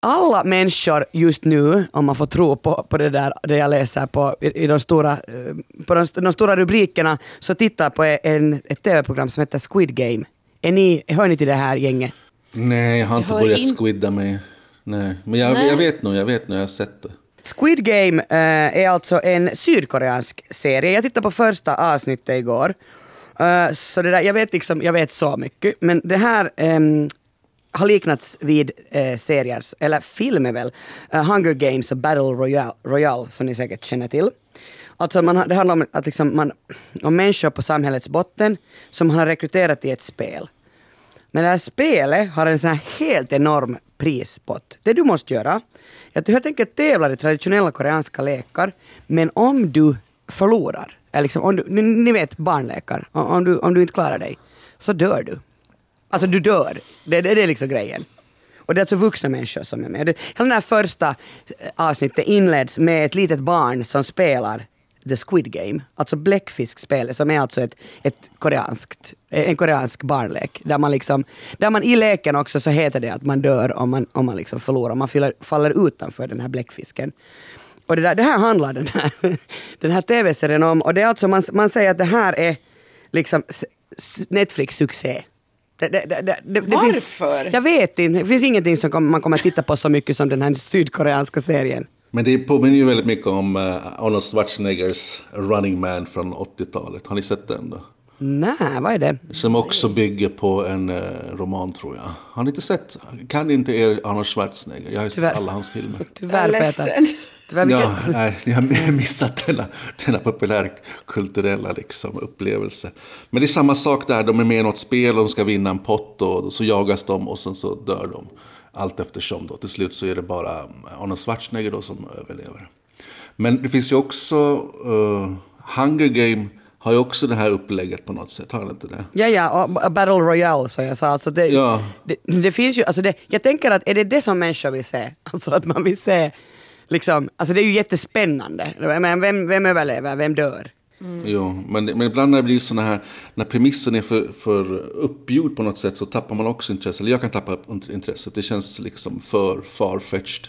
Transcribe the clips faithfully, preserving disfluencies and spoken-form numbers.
alla människor just nu, om man får tro på, på det där det jag läser på i, i de stora, på de, de stora rubrikerna, så tittar på en, ett tv-program som heter Squid Game. Är ni, hör ni till det här gänget? Nej, jag har inte Jag börjat in... squidda mig. Nej, men jag, Nej. jag vet nog, jag vet nog, jag har sett det. Squid Game äh, är alltså en sydkoreansk serie. Jag tittade på första avsnittet igår. Uh, så det där, jag vet liksom, jag vet så mycket, men det här um, har liknats vid uh, serier, eller filmer väl, uh, Hunger Games och Battle Royale, Royale som ni säkert känner till. Alltså man, det handlar om, att liksom man, om människor på samhällets botten som man har rekryterat i ett spel. Men det här spelet har en sån här helt enorm prispott. Det du måste göra är att du helt enkelt tävlar i traditionella koreanska lekar, men om du förlorar, eller liksom, om du, ni, ni vet barnlekar, om du, om du inte klarar dig, så dör du. Alltså du dör. Det, det, det är liksom grejen. Och det är alltså vuxna människor som är med. Det, hela den här första avsnittet inleds med ett litet barn som spelar The Squid Game, alltså bläckfiskspelet, som är alltså ett, ett koreanskt, en koreansk barnlek. Där man liksom, där man i leken också så heter det att man dör om man, om man liksom förlorar, man faller, faller utanför den här bläckfisken. Och det, där, det här handlar den här, den här tv-serien om, och det är alltså, man, man säger att det här är liksom Netflix-succé. Det, det, det, det, det Varför? Finns, jag vet inte, det finns ingenting som kom, man kommer att titta på så mycket som den här sydkoreanska serien. Men det påminner ju väldigt mycket om uh, Arnold Schwarzeneggers Running Man från åttiotalet. Har ni sett den då? Nej, vad är det? Som också bygger på en uh, roman, tror jag. Har ni inte sett? Kan inte er Arnold Schwarzenegger? Jag har ju sett alla hans filmer. Tyvärr, Peter. Tyvärr, ja, nej, ni har missat denna, denna populärkulturella liksom, upplevelse. Men det är samma sak där. De är med i något spel och de ska vinna en pott och så jagas de och sen så dör de. Allt eftersom då. Till slut så är det bara Arnold Schwarzenegger då som överlever. Men det finns ju också uh, Hunger Game har ju också det här upplägget på något sätt, har det inte det? Ja, ja, och Battle Royale, så jag sa. Alltså det, ja. det, det finns ju, alltså det, jag tänker att är det det som människor vill se? Alltså att man vill se, liksom, alltså det är ju jättespännande. Men vem, vem överlever, vem dör? Mm. Jo, men, men ibland när det blir såna här, när premissen är för, för uppgjord på något sätt, så tappar man också intresse. Eller jag kan tappa intresset. Det känns liksom för farfetched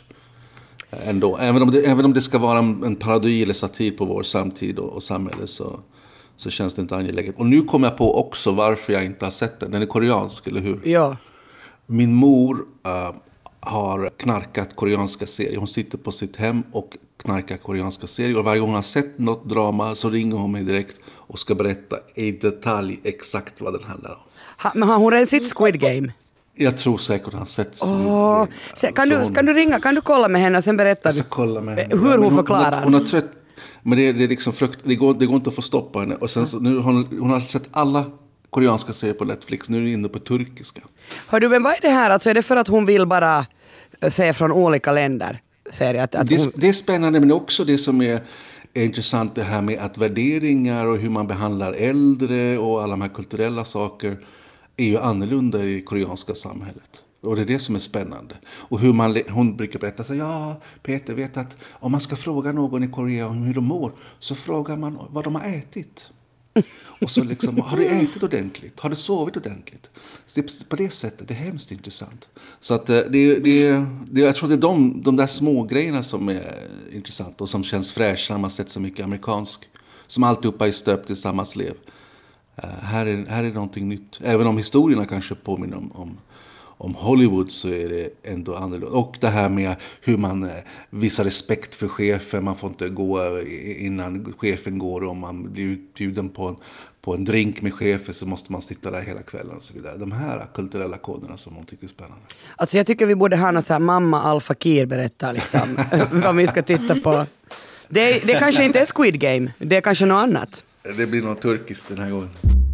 ändå. Även om det, även om det ska vara en, en parodi eller satir på vår samtid och, och samhälle, så, så känns det inte angeläget. Och nu kommer jag på också varför jag inte har sett den. Den är koreansk, eller hur? Ja. Min mor uh, har knarkat koreanska serier. Hon sitter på sitt hem och knarkar koreanska serier. Och varje gång hon har sett något drama så ringer hon mig direkt och ska berätta i detalj exakt vad den handlar om. Ha, men har hon redan sett Squid Game? Jag tror säkert att han sett Squid oh, Game. Se, kan, du, hon, kan du ringa, kan du kolla med henne och sen berätta jag ska kolla med henne. hur hon hon, förklarar? Hon, hon har trött, men det, det är liksom frukt, det går, det går inte att få stoppa henne. Och sen så, nu hon, hon har sett alla koreanska serier på Netflix. Nu är det inne på turkiska. Hör du, men vad är det här? Alltså är det för att hon vill bara se från olika länder? Att, att det, hon... det är spännande, men också det som är intressant, det här med att värderingar och hur man behandlar äldre och alla de här kulturella saker är ju annorlunda i koreanska samhället. Och det är det som är spännande. Och hur man, hon brukar berätta så, ja, Peter vet att om man ska fråga någon i Korea om hur de mår, så frågar man vad de har ätit. Och så liksom, har du ätit ordentligt? Har du sovit ordentligt? Så på det sättet, det är hemskt intressant. Så att det, det, det, jag tror det är de, de där små grejerna som är intressanta och som känns fräscha när man sett så mycket amerikansk. Som alltihopa är stöpt i samma slev. Uh, här, är, här är någonting nytt. Även om historierna kanske påminner om, om, om Hollywood, så är det ändå annorlunda. Och det här med hur man uh, visar respekt för chefen. Man får inte gå innan chefen går. Om man blir utbjuden på en, på en drink med chefen, så måste man sitta där hela kvällen och så vidare. De här kulturella koderna som man tycker är spännande. Alltså jag tycker vi borde ha något så här mamma Al-Fakir berättar liksom vad vi ska titta på. Det, det kanske inte är Squid Game. Det är kanske något annat. Det blir något turkiskt den här gången.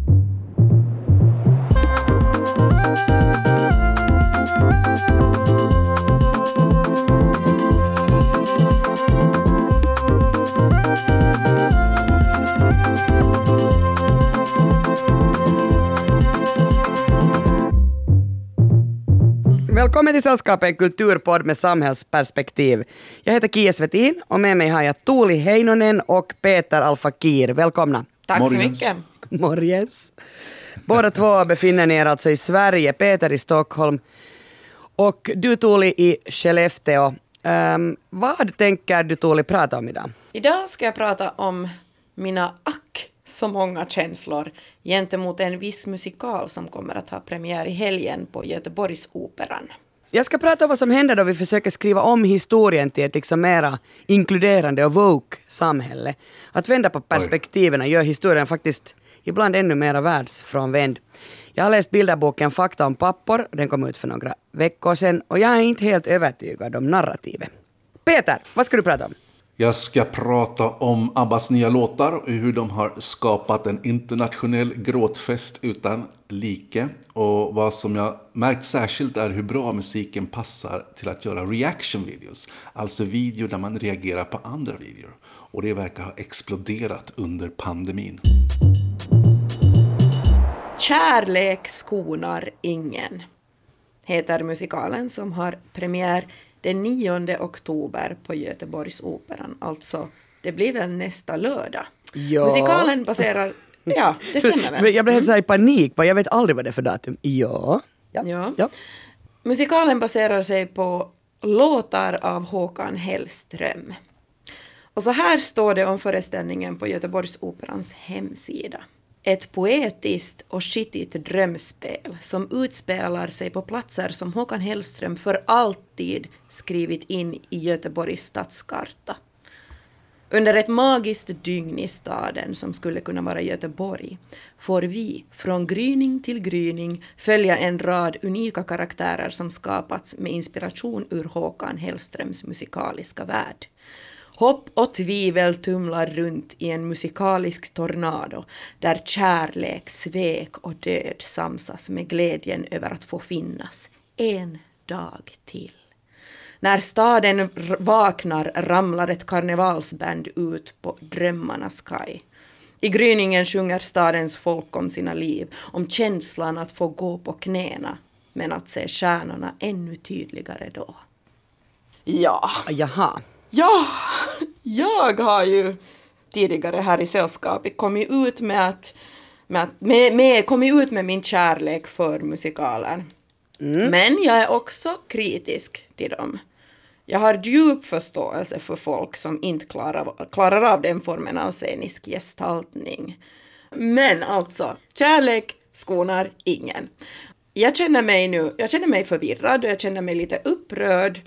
Välkommen till Sällskapet, kulturpodd med samhällsperspektiv. Jag heter Kia Svetin och med mig har jag Tuuli Heinonen och Peter Al-Fakir. Välkomna. Tack Morgens. så mycket. Morgens. Båda två befinner ni er alltså i Sverige, Peter i Stockholm. Och du Tuuli i Skellefteå. Um, vad tänker du Tuuli prata om idag? Idag ska jag prata om mina ack så många känslor gentemot en viss musikal som kommer att ha premiär i helgen på Göteborgsoperan. Jag ska prata om vad som händer då vi försöker skriva om historien till ett liksom mera inkluderande och woke samhälle. Att vända på perspektiven gör historien faktiskt ibland ännu mera världsfrånvänd. Jag har läst bilderboken Fakta om pappor, den kom ut för några veckor sedan och jag är inte helt övertygad om narrativet. Peter, vad ska du prata om? Jag ska prata om Abbas nya låtar och hur de har skapat en internationell gråtfest utan like. Och vad som jag märkt särskilt är hur bra musiken passar till att göra reaction videos. Alltså videor där man reagerar på andra videor. Och det verkar ha exploderat under pandemin. Kärlek skonar ingen heter musikalen som har premiär den nionde oktober på Göteborgsoperan. Alltså, det blir väl nästa lördag. Ja. Musikalen baserar... Ja, det stämmer väl. Men jag blev helt så här i panik, jag vet aldrig vad det är för datum. Ja. Ja. Ja. Ja. Musikalen baserar sig på låtar av Håkan Hellström. Och så här står det om föreställningen på Göteborgsoperans hemsida. Ett poetiskt och skitigt drömspel som utspelar sig på platser som Håkan Hellström för alltid skrivit in i Göteborgs stadskarta. Under ett magiskt dygn i staden som skulle kunna vara Göteborg får vi från gryning till gryning följa en rad unika karaktärer som skapats med inspiration ur Håkan Hellströms musikaliska värld. Hopp och tvivel tumlar runt i en musikalisk tornado där kärlek, svek och död samsas med glädjen över att få finnas en dag till. När staden r- vaknar ramlar ett karnevalsband ut på drömmarnas kaj. I gryningen sjunger stadens folk om sina liv, om känslan att få gå på knäna, men att se stjärnorna ännu tydligare då. Ja. Jaha. Ja, jag har ju tidigare här i sällskapet kommit ut med att med, att, med, med, kommit ut med min kärlek för musikaler. Mm. Men jag är också kritisk till dem. Jag har djup förståelse för folk som inte klarar, klarar av den formen av scenisk gestaltning. Men alltså, kärlek skonar ingen. Jag känner mig nu, jag känner mig förvirrad och jag känner mig lite upprörd.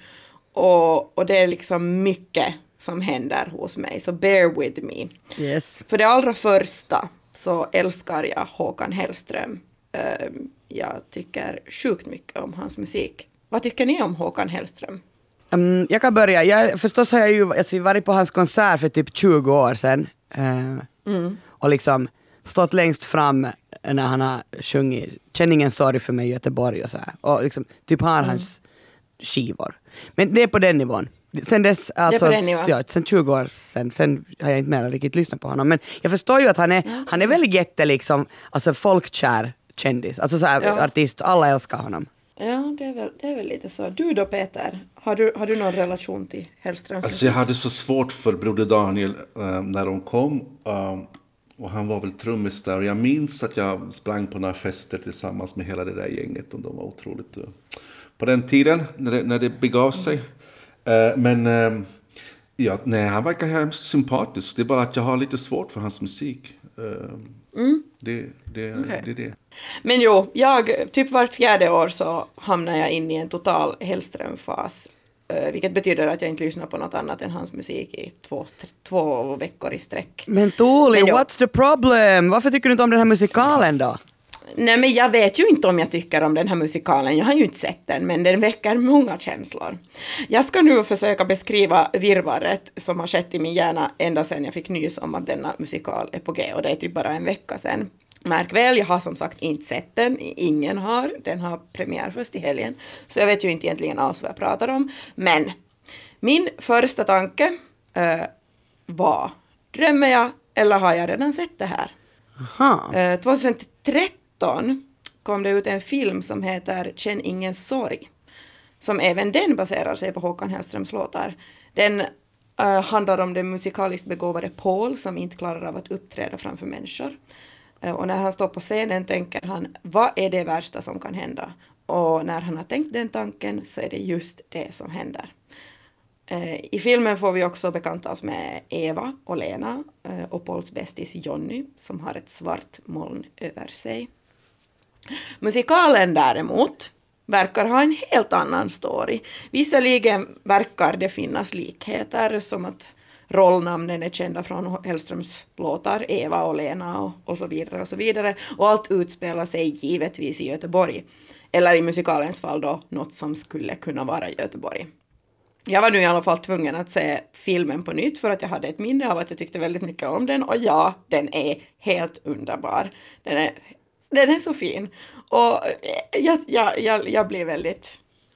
Och, och det är liksom mycket som händer hos mig, så bear with me. Yes. För det allra första så älskar jag Håkan Hellström. Uh, jag tycker sjukt mycket om hans musik. Vad tycker ni om Håkan Hellström? Um, jag kan börja. Jag, förstås har jag ju alltså, varit på hans konsert för typ tjugo år sedan. Uh, mm. Och liksom stått längst fram när han har sjungit Känn ingen sorg för mig i Göteborg och så här. Och liksom typ har mm. hans skivor. Men det är på den nivån. Sen dess, alltså, det är på den nivån. Ja, sen tjugo år sen, sen har jag inte mer riktigt lyssnat på honom. Men jag förstår ju att han är, ja. han är väl jätte liksom, alltså folkkär kändis. Alltså så här, ja. artist, alla älskar honom. Ja, det är, väl, det är väl lite så. Du då Peter, har du, har du någon relation till Hellström? Alltså jag hade så svårt för Broder Daniel äh, när de kom. Äh, och han var väl trummis där. Och jag minns att jag sprang på några fester tillsammans med hela det där gänget. Och de var otroligt... Uh, på den tiden, när det, när det begav sig. Uh, men uh, ja, nej, han verkar hemskt sympatisk. Det är bara att jag har lite svårt för hans musik. Uh, mm. det, det, okay. det är det. Men jo, jag, typ vart fjärde år så hamnar jag in i en total Hellström-fas. Uh, vilket betyder att jag inte lyssnar på något annat än hans musik i två, t- två veckor i sträck. Men Tuuli, what's the problem? Varför tycker du inte om den här musikalen då? Nej, men jag vet ju inte om jag tycker om den här musikalen. Jag har ju inte sett den, men den väcker många känslor. Jag ska nu försöka beskriva virvaret som har skett i min hjärna ända sedan jag fick nys om att denna musikal är på G. Och det är typ bara en vecka sedan. Märk väl, jag har som sagt inte sett den. Ingen har. Den har premiär först i helgen. Så jag vet ju inte egentligen alls vad jag pratar om. Men min första tanke äh, var, drömmer jag eller har jag redan sett det här? Aha. Äh, tjugohundratretton kom det ut en film som heter Känn ingen sorg. Som även den baserar sig på Håkan Hellströms låtar. Den uh, handlar om den musikaliskt begåvade Paul som inte klarar av att uppträda framför människor. Uh, och när han står på scenen tänker han, vad är det värsta som kan hända? Och när han har tänkt den tanken så är det just det som händer. I filmen får vi också bekanta oss med Eva och Lena och Pauls bästis Jonny som har ett svart moln över sig. Musikalen däremot verkar ha en helt annan story. Visserligen verkar det finnas likheter som att rollnamnen är kända från Hellströms låtar, Eva och Lena och, och så vidare och så vidare. Och allt utspelar sig givetvis i Göteborg. Eller i musikalens fall då något som skulle kunna vara Göteborg. Jag var nu i alla fall tvungen att se filmen på nytt för att jag hade ett minne av att jag tyckte väldigt mycket om den. Och ja, den är helt underbar. Den är, den är så fin. Och jag, jag, jag, jag blev väldigt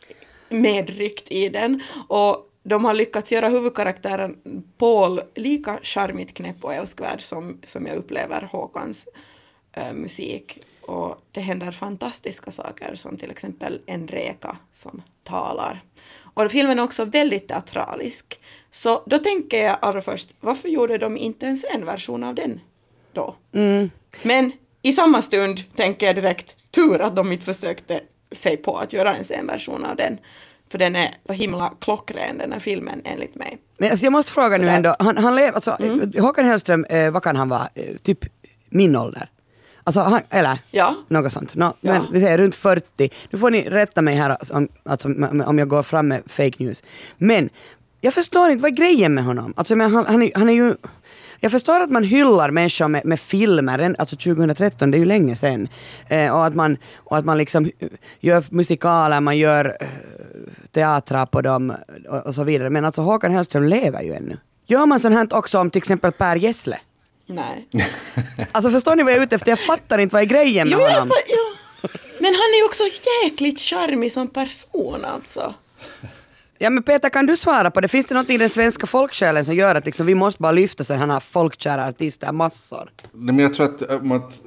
medryckt i den. Och de har lyckats göra huvudkaraktären Paul lika charmigt, knäpp och älskvärd som, som jag upplever Håkans äh, musik. Och det händer fantastiska saker som till exempel en reka som talar. Och filmen är också väldigt teatralisk. Så då tänker jag allra först, varför gjorde de inte en scenversion av den då? Mm. Men i samma stund tänker jag direkt, tur att de inte försökte sig på att göra en scenversion av den. För den är så himla klockren, den här filmen, enligt mig. Men alltså, jag måste fråga så nu där. ändå, han, han lever, alltså, mm. Håkan Hellström, eh, vad kan han vara? Eh, typ min ålder? Alltså, han, eller ja. något sånt. No, ja. Men vi säger runt fyrtio. Nu får ni rätta mig här om, alltså, om jag går fram med fake news. Men jag förstår inte, vad är grejen med honom? Alltså, men han, han, är, han är ju... Jag förstår att man hyllar människor med, med filmer, alltså tjugohundratretton, det är ju länge sedan. Eh, och, att man, och att man liksom gör musikaler, man gör eh, teatrar på dem och, och så vidare. Men alltså Håkan Hellström lever ju ännu. Gör man sånt här också om till exempel Per Gessle? Nej. Alltså förstår ni vad jag är ute efter? Jag fattar inte vad är grejen med jo, honom. Jag, ja. Men han är ju också jäkligt charmig som person alltså. Ja, men Peter, kan du svara på det? Finns det något i den svenska folksjälen som gör att liksom, vi måste bara lyfta sådana här folkkära artister massor? Nej, men jag tror att, att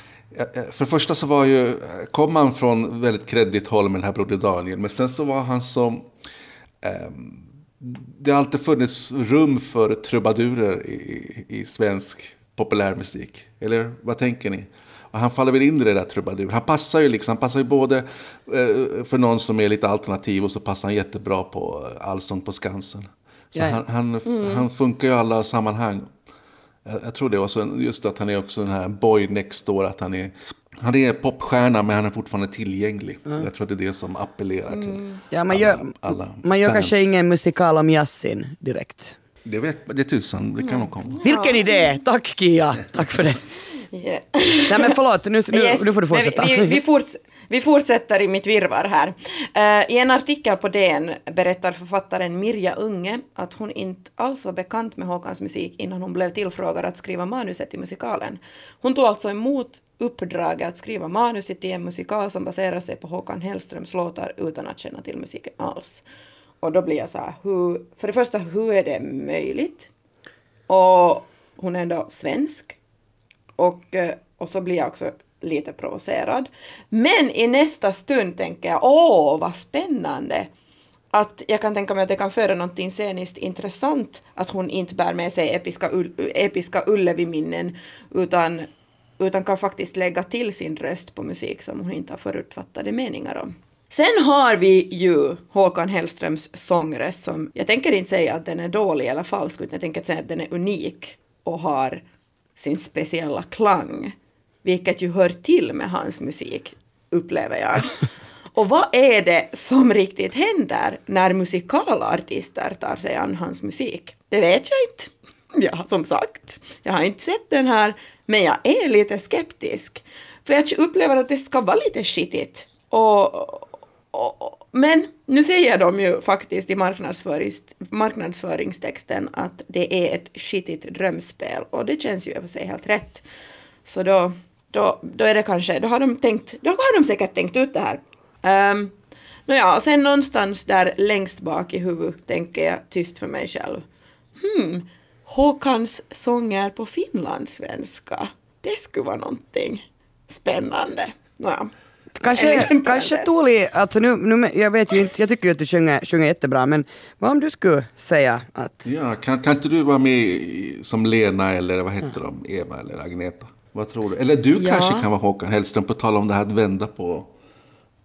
för det första så var ju, kom han från väldigt kreddigt håll med den här Broder Daniel, men sen så var han som eh, det har alltid funnits rum för trubadurer i, i svensk populärmusik. Eller vad tänker ni? Och han faller väl in i det där trubadur. Han passar ju liksom, han passar ju både eh, för någon som är lite alternativ och så passar han jättebra på Allsång på Skansen. Så han, han, mm. han funkar ju i alla sammanhang. Jag, jag tror det. Och så just att han är också den här boy next door, att han är han är popstjärna men han är fortfarande tillgänglig. Mm. Jag tror det är det som appellerar till mm. ja, man alla, gör, alla man gör kanske ingen musikal om Yasin direkt. Det vet det är tusan, det kan mm. nog komma. Vilken idé! Tack Kia, tack för det. Yeah. Nej men förlåt, nu, nu, yes. nu får du fortsätta. Vi, vi, vi, forts, vi fortsätter i mitt virvar här. Uh, I en artikel på D N berättar författaren Mirja Unge att hon inte alls var bekant med Håkans musik innan hon blev tillfrågad att skriva manuset i musikalen. Hon tog alltså emot uppdraget att skriva manuset i en musikal som baserar sig på Håkan Hellströms låtar utan att känna till musiken alls. Och då blir jag så här, hur, för det första, hur är det möjligt? Och hon är ändå svensk. Och, och så blir jag också lite provocerad. Men i nästa stund tänker jag, åh vad spännande. Att jag kan tänka mig att det kan föra någonting sceniskt intressant. Att hon inte bär med sig episka, episka Ullevi-minnen. Utan, utan kan faktiskt lägga till sin röst på musik som hon inte har förutfattade meningar om. Sen har vi ju Håkan Hellströms sångröst som, jag tänker inte säga att den är dålig eller falsk, utan jag tänker säga att den är unik och har sin speciella klang, vilket ju hör till med hans musik, upplever jag. Och vad är det som riktigt händer när musikalartister tar sig an hans musik? Det vet jag inte. Ja, som sagt, jag har inte sett den här, men jag är lite skeptisk. För jag upplever att det ska vara lite skitigt. Och, och, men nu säger de ju faktiskt i marknadsförings, marknadsföringstexten att det är ett skitigt drömspel. Och det känns ju för sig helt rätt. Så då, då, då är det kanske, då har de tänkt, då har de säkert tänkt ut det här. Um, Nåja, och sen någonstans där längst bak i huvudet tänker jag tyst för mig själv. Hmm, Håkans sånger på finlandssvenska. Det skulle vara någonting spännande. Nåja. Kanske, kanske Tuuli, alltså nu, nu, jag vet ju inte, jag tycker ju att du sjunger, sjunger jättebra, men vad om du skulle säga att... Ja, kan, kan inte du vara med i, som Lena eller vad heter de, Eva eller Agneta? Vad tror du? Eller du ja. kanske kan vara Håkan Hellström på tal om det här att vända på,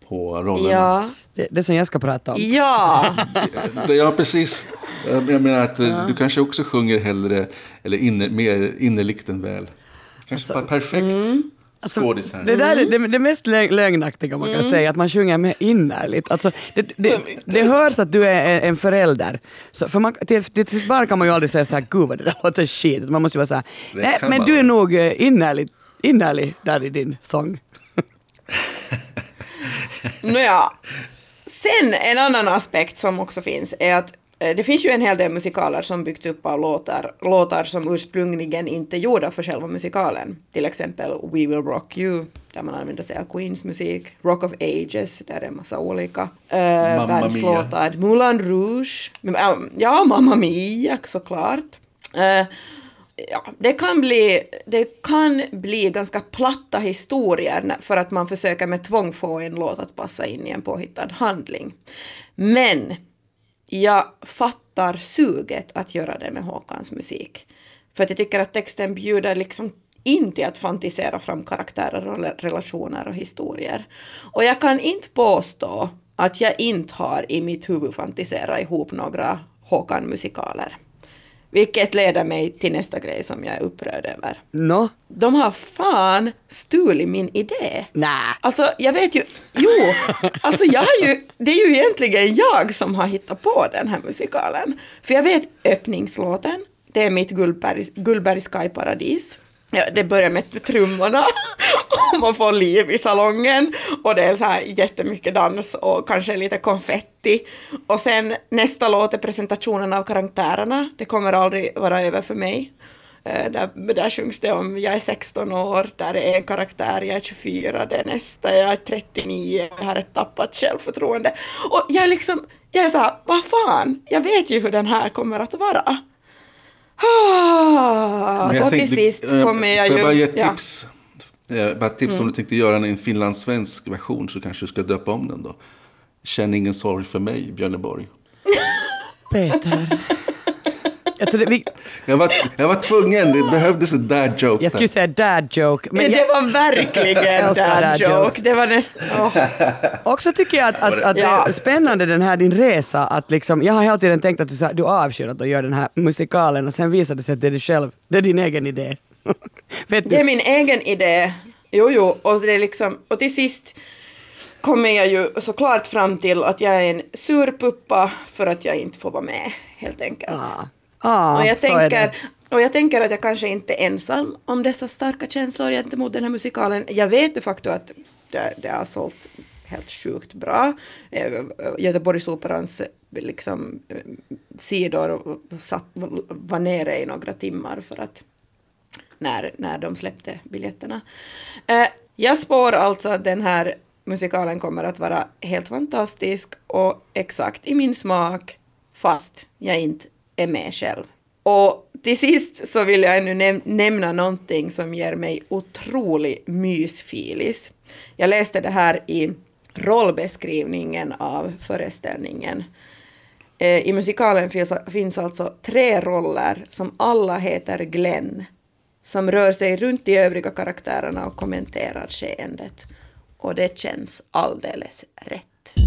på rollerna. Ja. Det, det som jag ska prata om. Ja. Ja, precis. Jag menar att ja. du kanske också sjunger hellre, eller inne, mer innerligt än väl. Kanske alltså, perfekt mm. skådis här. Det där är det, det mest lögnaktiga man kan mm. säga, att man sjunger mer innerligt. Alltså, det, det, det hörs att du är en förälder. Så för man, till, till sitt barn kan man ju aldrig säga så här, gud vad det där låter shit. Man måste ju vara så här, nej men du är nog innerligt, innerlig där i din sång. Nåja. Sen en annan aspekt som också finns är att det finns ju en hel del musikaler som byggts upp av låtar, låtar som ursprungligen inte gjorda för själva musikalen. Till exempel We Will Rock You, där man använder sig av Queens musik. Rock of Ages, där är en massa olika uh, bandslåtar. Moulin Rouge, ja, Mamma Mia såklart. Uh, ja, det kan bli, det kan bli ganska platta historier för att man försöker med tvång få en låt att passa in i en påhittad handling. Men jag fattar suget att göra det med Håkans musik. För att jag tycker att texten bjuder liksom inte att fantisera fram karaktärer och relationer och historier. Och jag kan inte påstå att jag inte har i mitt huvud fantiserat ihop några Håkan-musikaler. Vilket leder mig till nästa grej som jag är upprörd över. No. De har fan stulit min idé. Nej. Alltså, jag vet ju... Jo, alltså jag har ju... Det är ju egentligen jag som har hittat på den här musikalen. För jag vet öppningslåten. Det är mitt Gullberg, Gullberg Sky Paradis. Ja, det börjar med trummorna och man får liv i salongen och det är så här jättemycket dans och kanske lite konfetti. Och sen nästa låt är presentationen av karaktärerna. Det kommer aldrig vara över för mig. Uh, där, där sjungs det om jag är sexton år, där är en karaktär, jag är tjugofyra, det är nästa, jag är trettionio, jag har ett tappat självförtroende. Och jag är liksom, jag är så här, vad fan, jag vet ju hur den här kommer att vara. Ah, men jag så tänkte, till sist kommer jag ju... Får jag bara ge ett tips? Ja. Bara ett tips mm. om du tänkte göra en finlandssvensk version så kanske du ska döpa om den då. Känn ingen sorg för mig, Björneborg. Peter. Jag, det, vi... jag, var, jag var tvungen, det behövdes en dad joke. Jag skulle säga dad joke. Men jag... det var verkligen dad, dad joke. Det var nästan... Oh. Också tycker jag att, att, att ja. det är spännande den här din resa. Att liksom, jag har hela tiden tänkt att du, du avskyr att göra den här musikalen och sen visade det sig att det är, själv, det är din egen idé. Vet du? Det är min egen idé. Jo, jo. Och, det är liksom, och till sist kommer jag ju såklart fram till att jag är en surpuppa för att jag inte får vara med, helt enkelt. Ah. Ah, och, jag tänker, och jag tänker att jag kanske inte är ensam om dessa starka känslor gentemot den här musikalen. Jag vet de facto att det, det har sålt helt sjukt bra. Göteborgsoperans liksom, sidor satt, var nere i några timmar för att när, när de släppte biljetterna. Jag spår alltså att den här musikalen kommer att vara helt fantastisk och exakt i min smak, fast jag inte är med själv. Och till sist så vill jag ännu näm- nämna någonting som ger mig otrolig mysfilis. Jag läste det här i rollbeskrivningen av föreställningen. Eh, I musikalen finns, finns alltså tre roller som alla heter Glenn, som rör sig runt de övriga karaktärerna och kommenterar skeendet. Och det känns alldeles rätt.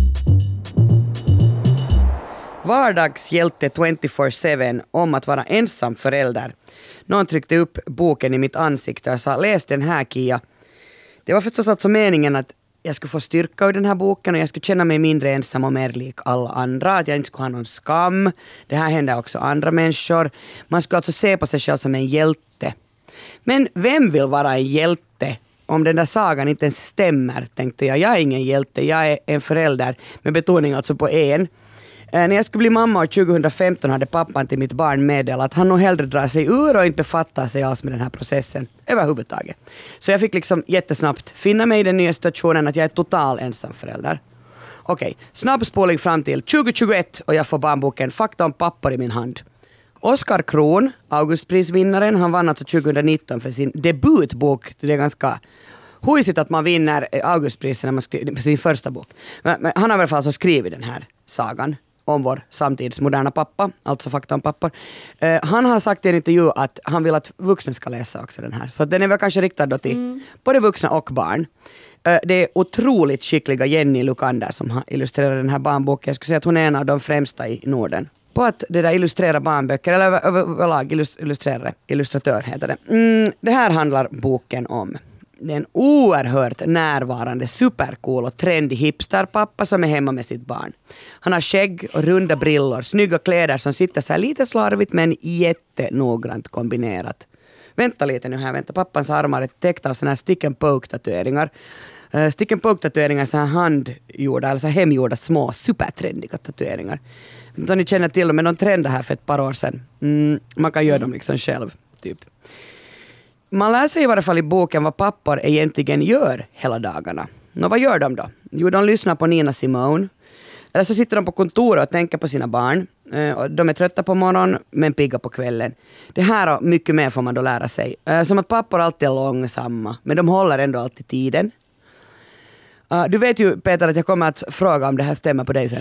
Vardagshjälte tjugofyra sju om att vara ensam förälder. Någon tryckte upp boken i mitt ansikte och sa, läs den här Kia. Det var förstås alltså meningen att jag skulle få styrka ur den här boken och jag skulle känna mig mindre ensam och mer lik alla andra. Att jag inte skulle ha någon skam. Det här händer också andra människor. Man skulle alltså se på sig själv som en hjälte. Men vem vill vara en hjälte? Om den där sagan inte ens stämmer, tänkte jag. Jag är ingen hjälte, jag är en förälder. Med betoning alltså på en. När jag skulle bli mamma år tjugohundrafemton hade pappan till mitt barn meddelat att han nog hellre drar sig ur och inte befattar sig alls med den här processen överhuvudtaget. Så jag fick liksom jättesnabbt finna mig i den nya situationen att jag är total ensam förälder. Okej, snabbspåling fram till tjugohundratjugoett och jag får barnboken Fakta om pappor i min hand. Oskar Kron, Augustprisvinnaren, han vann alltså tjugohundranitton för sin debutbok. Det är ganska hujsigt att man vinner Augustpriset när man skriver sin första bok. Men han har i alla fall alltså skrivit den här sagan om vår samtidsmoderna pappa, alltså Fakta om pappor. Uh, han har sagt i en intervju att han vill att vuxna ska läsa också den här. Så den är väl kanske riktad då till mm. både vuxna och barn. Det är otroligt skickliga Jenny Lukander som har illustrerat den här barnboken. Jag skulle säga att hon är en av de främsta i Norden på att det där illustrera barnböcker, eller överlag illustrera, illustratör heter det. Mm, det här handlar boken om. Det är en oerhört närvarande, supercool och trendig hipsterpappa som är hemma med sitt barn. Han har skägg och runda brillor, snygga kläder som sitter så här lite slarvigt men jättenoggrant kombinerat. Vänta lite nu här, vänta. Pappans armar är täckta av såna här stick and poke-tatueringar. Uh, stick and poke-tatueringar är så här handgjorda, eller så här hemgjorda små, supertrendiga tatueringar. Jag vet inte om ni känner till dem, men de trendade här för ett par år sedan. Mm, man kan göra dem liksom själv, typ. Man lär sig i varje fall i boken vad pappor egentligen gör hela dagarna. Nå, vad gör de då? Jo, de lyssnar på Nina Simone. Eller så sitter de på kontoret och tänker på sina barn. De är trötta på morgonen men pigga på kvällen. Det här och mycket mer får man då lära sig. Som att pappor alltid är långsamma, men de håller ändå alltid tiden. Du vet ju, Peter, att jag kommer att fråga om det här stämmer på dig sen.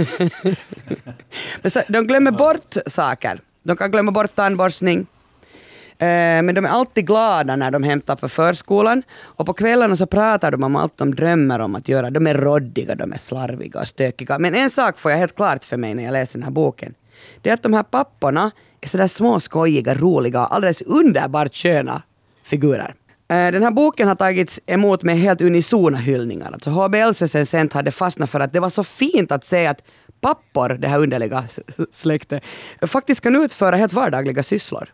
Men så, de glömmer bort saker. De kan glömma bort tandborstning. Men de är alltid glada när de hämtar på förskolan. Och på kvällarna så pratar de om allt de drömmer om att göra. De är råddiga, de är slarviga och stökiga. Men en sak får jag helt klart för mig när jag läser den här boken. Det är att de här papporna är sådär små, skojiga, roliga och alldeles underbart sköna figurer. Den här boken har tagits emot med helt unisona hyllningar. Alltså H B L:s recensent hade fastnat för att det var så fint att se att pappor, det här underliga släktet, faktiskt kan utföra helt vardagliga sysslor.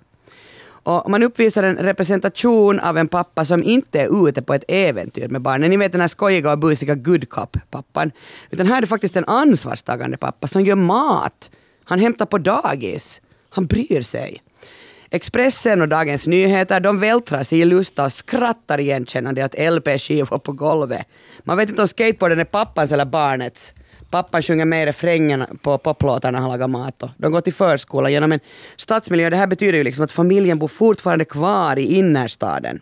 Och man uppvisar en representation av en pappa som inte är ute på ett äventyr med barnen. Ni vet den här skojiga och busiga good cop-pappan. Utan här är det faktiskt en ansvarstagande pappa som gör mat. Han hämtar på dagis. Han bryr sig. Expressen och Dagens Nyheter, de vältrar sig i lusta och skrattar igenkännande att L P-skivor på golvet. Man vet inte om skateboarden är pappans eller barnets. Pappan sjunger med i refrängen på poplåtarna han lagar mat. Och de går till förskolan genom en stadsmiljö. Det här betyder ju liksom att familjen bor fortfarande kvar i innerstaden.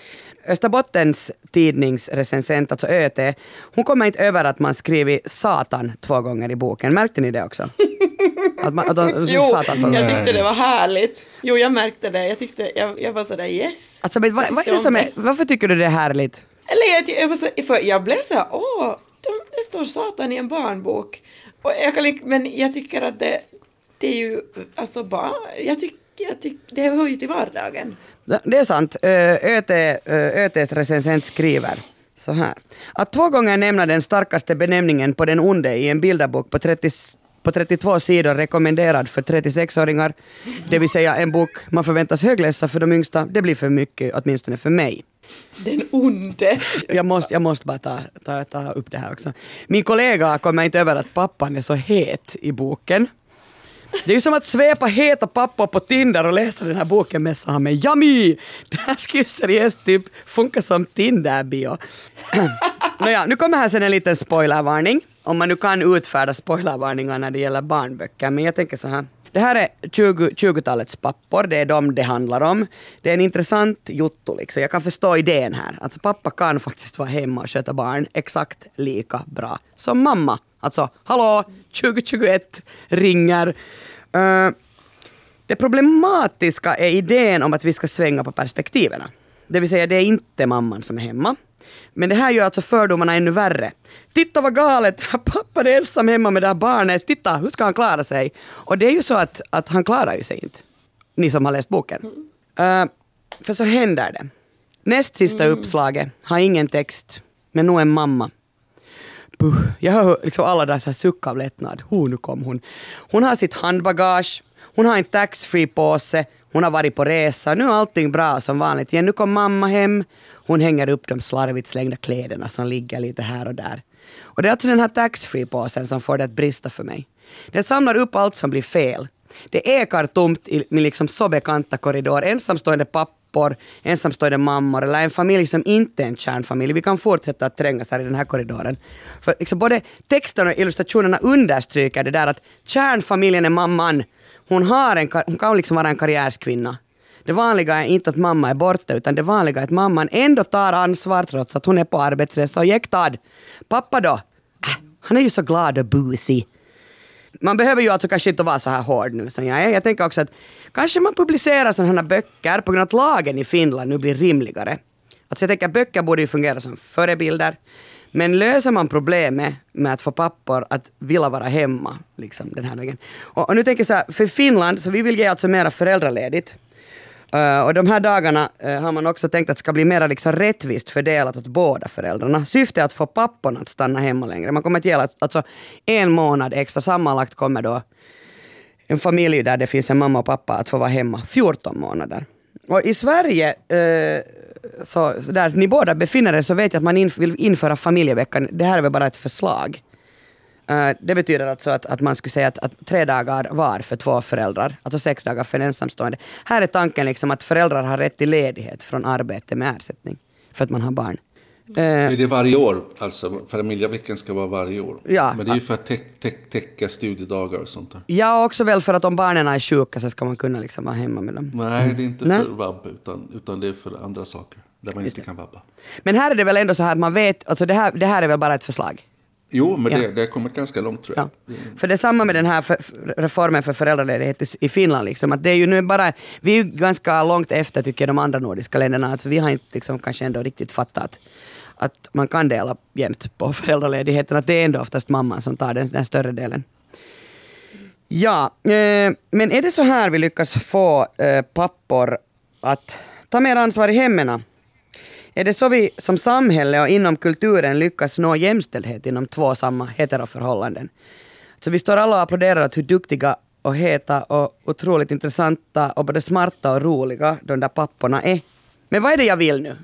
Österbottens tidningsrecensent, alltså Ö T, hon kommer inte över att man skriver satan två gånger i boken. Märkte ni det också? Att man, att de, jo, satan jag tyckte det var härligt. Jo, jag märkte det. Jag tyckte, jag, jag var sådär yes. Alltså, men vad, vad är det som är, varför tycker du det är härligt? Eller jag, jag, var så, för jag blev så här, åh, de, det står satan i en barnbok. Och jag kan, men jag tycker att det, det är ju, alltså bara, jag tycker, jag tycker, det hör ju till vardagen. Det är sant. Ö T, Ö T:s recensent skriver så här. Att två gånger nämna den starkaste benämningen på den onde i en bilderbok på trettio på trettiotvå sidor rekommenderad för trettiosexåringar, det vill säga en bok man förväntas högläsa för de yngsta, det blir för mycket, åtminstone för mig. Den onde. Jag måste, jag måste bara ta, ta, ta upp det här också. Min kollega kommer inte över att pappan är så het i boken. Det är ju som att svepa heta pappor på Tinder och läsa den här boken med sa med Yummy! Det här skulle seriöst typ funka som Tinder-bio. Nåja, nu kommer här sen en liten spoilervarning. Om man nu kan utfärda spoilervarningar när det gäller barnböcker. Men jag tänker så här. Det här är tjugotalets pappor. Det är de det handlar om. Det är en intressant jotto liksom. Jag kan förstå idén här. Alltså pappa kan faktiskt vara hemma och sköta barn exakt lika bra som mamma. Alltså, hallå, tjugo tjugoett ringer. Uh, det problematiska är idén om att vi ska svänga på perspektiverna. Det vill säga, det är inte mamman som är hemma. Men det här gör alltså fördomarna ännu värre. Titta vad galet, pappa är ensam hemma med det här barnet. Titta, hur ska han klara sig? Och det är ju så att, att han klarar ju sig inte. Ni som har läst boken. Mm. Uh, för så händer det. Näst sista mm. uppslaget har ingen text. Men nog en mamma. Puh, jag hör liksom alla där så här suck av lättnad. Oh, nu kom hon. Hon har sitt handbagage. Hon har en tax-free påse. Hon har varit på resa. Nu är allting bra som vanligt igen. Nu kom mamma hem. Hon hänger upp de slarvigt slängda kläderna som ligger lite här och där. Och det är alltså den här tax-free-påsen som får det att brista för mig. Den samlar upp allt som blir fel. Det ekar tomt i min liksom så bekanta korridor. Ensamstående pappor, ensamstående mammor eller en familj som inte är en kärnfamilj. Vi kan fortsätta att trängas här i den här korridoren. För liksom både texten och illustrationerna understryker det där att kärnfamiljen är mamman. Hon, har en, hon kan liksom vara en karriärskvinna. Det vanliga är inte att mamma är borta, utan det vanliga är att mamman ändå tar ansvar trots att hon är på arbetsresa och jäktad. Pappa då? Äh, han är ju så glad och busy. Man behöver ju alltså kanske inte vara så här hård nu som jag är. Jag tänker också att kanske man publicerar sådana här böcker på grund av att lagen i Finland nu blir rimligare. Alltså jag tänker att böcker borde ju fungera som förebilder. Men löser man problemet med att få pappor att vilja vara hemma liksom den här vägen. Och, och nu tänker jag så här, för Finland, så vi vill ge alltså mera föräldraledigt. Uh, och de här dagarna uh, har man också tänkt att det ska bli mer liksom rättvist fördelat åt båda föräldrarna. Syftet är att få papporna att stanna hemma längre. Man kommer att ge alltså en månad extra. Sammanlagt kommer då en familj där det finns en mamma och pappa att få vara hemma fjorton månader. Och i Sverige, uh, så, så där ni båda befinner er, så vet jag att man in, vill införa familjeveckan. Det här är väl bara ett förslag. Uh, det betyder alltså att, att man skulle säga att, att tre dagar var för två föräldrar, alltså sex dagar för en ensamstående. Här är tanken liksom att föräldrar har rätt till ledighet från arbete med ersättning för att man har barn. Uh, är det varje år? Alltså familjeveckan ska vara varje år. Ja, men det är ju för att täcka täck, täcka studiedagar och sånt där. Ja, också väl för att om barnen är sjuka så ska man kunna liksom vara hemma med dem. Nej, det är inte Nej. för vabb utan, utan det är för andra saker där man inte kan vabba. Men här är det väl ändå så här att man vet, alltså det här, det här är väl bara ett förslag. Jo, men Ja. det, det har kommit ganska långt tror jag. Ja. För det är samma med den här för, reformen för föräldraledighet i, i Finland. Liksom, att det är ju nu bara, vi är ju ganska långt efter tycker jag de andra nordiska länderna. Alltså, vi har inte liksom, kanske ändå riktigt fattat att man kan dela jämt på föräldraledigheten. Att det är ändå oftast mamman som tar den, den större delen. Ja, eh, men är det så här vi lyckas få eh, pappor att ta mer ansvar i hemmen? Är det så vi som samhälle och inom kulturen lyckas nå jämställdhet inom två samma heteroförhållanden? Så vi står alla och applåderar åt hur duktiga och heta och otroligt intressanta och både smarta och roliga de där papporna är. Men vad är det jag vill nu?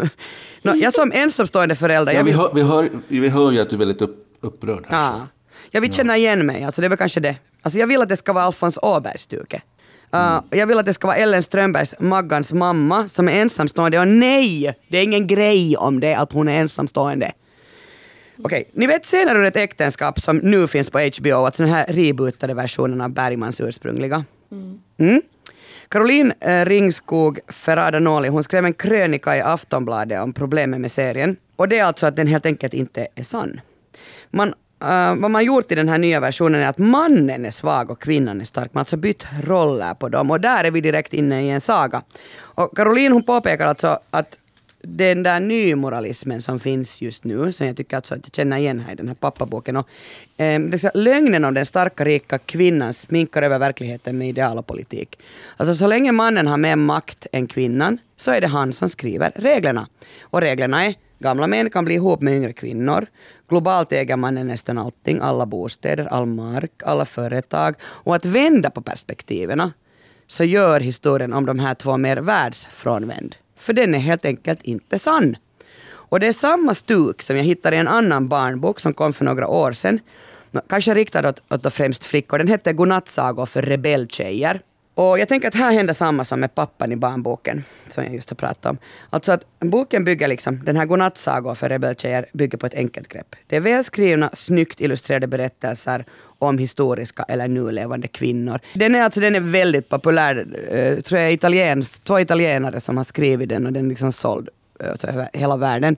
no, jag som ensamstående förälder... Ja, jag vill... vi, hör, vi, hör, vi hör ju att du är väldigt upp, upprörd här. Ja. Jag vill känna igen mig, alltså det är väl kanske det. Alltså jag vill att det ska vara Alfons Åbergs stuke. Uh, jag vill att det ska vara Ellen Strömbergs, Maggans mamma, som är ensamstående. Och nej, det är ingen grej om det att hon är ensamstående. Okej, okay. Ni vet senare ur ett äktenskap som nu finns på H B O, alltså den här rebootade versionen av Bergmans ursprungliga. Mm. Mm. Caroline eh, Ringskog Ferrada Noli, hon skrev en krönika i Aftonbladet om problemen med serien. Och det är alltså att den helt enkelt inte är sann. Man Uh, vad man gjort i den här nya versionen är att mannen är svag och kvinnan är stark. Man har alltså bytt roller på dem. Och där är vi direkt inne i en saga. Och Caroline hon påpekar alltså att den där nymoralismen som finns just nu, som jag tycker alltså att jag känner igen här i den här pappaboken. Och, eh, liksom, lögnen om den starka rika kvinnan sminkar över verkligheten med ideal och politik. Alltså så länge mannen har mer makt än kvinnan så är det han som skriver reglerna. Och reglerna är: gamla män kan bli ihop med yngre kvinnor. Globalt äger mannen nästan allting, alla bostäder, all mark, alla företag. Och att vända på perspektiven så gör historien om de här två mer världsfrånvänd. För den är helt enkelt inte sann. Och det är samma stuk som jag hittade i en annan barnbok som kom för några år sedan. Kanske riktad åt, åt främst flickor. Den hette Godnattsagor för rebelltjejer. Och jag tänker att här händer samma som med pappan i barnboken som jag just har pratat om. Alltså att boken bygger liksom, den här godnattsagor för rebelltjejer bygger på ett enkelt grepp. Det är välskrivna, snyggt illustrerade berättelser om historiska eller nulevande kvinnor. Den är alltså den är väldigt populär, uh, tror jag italiens, två italienare som har skrivit den och den är liksom såld uh, över hela världen.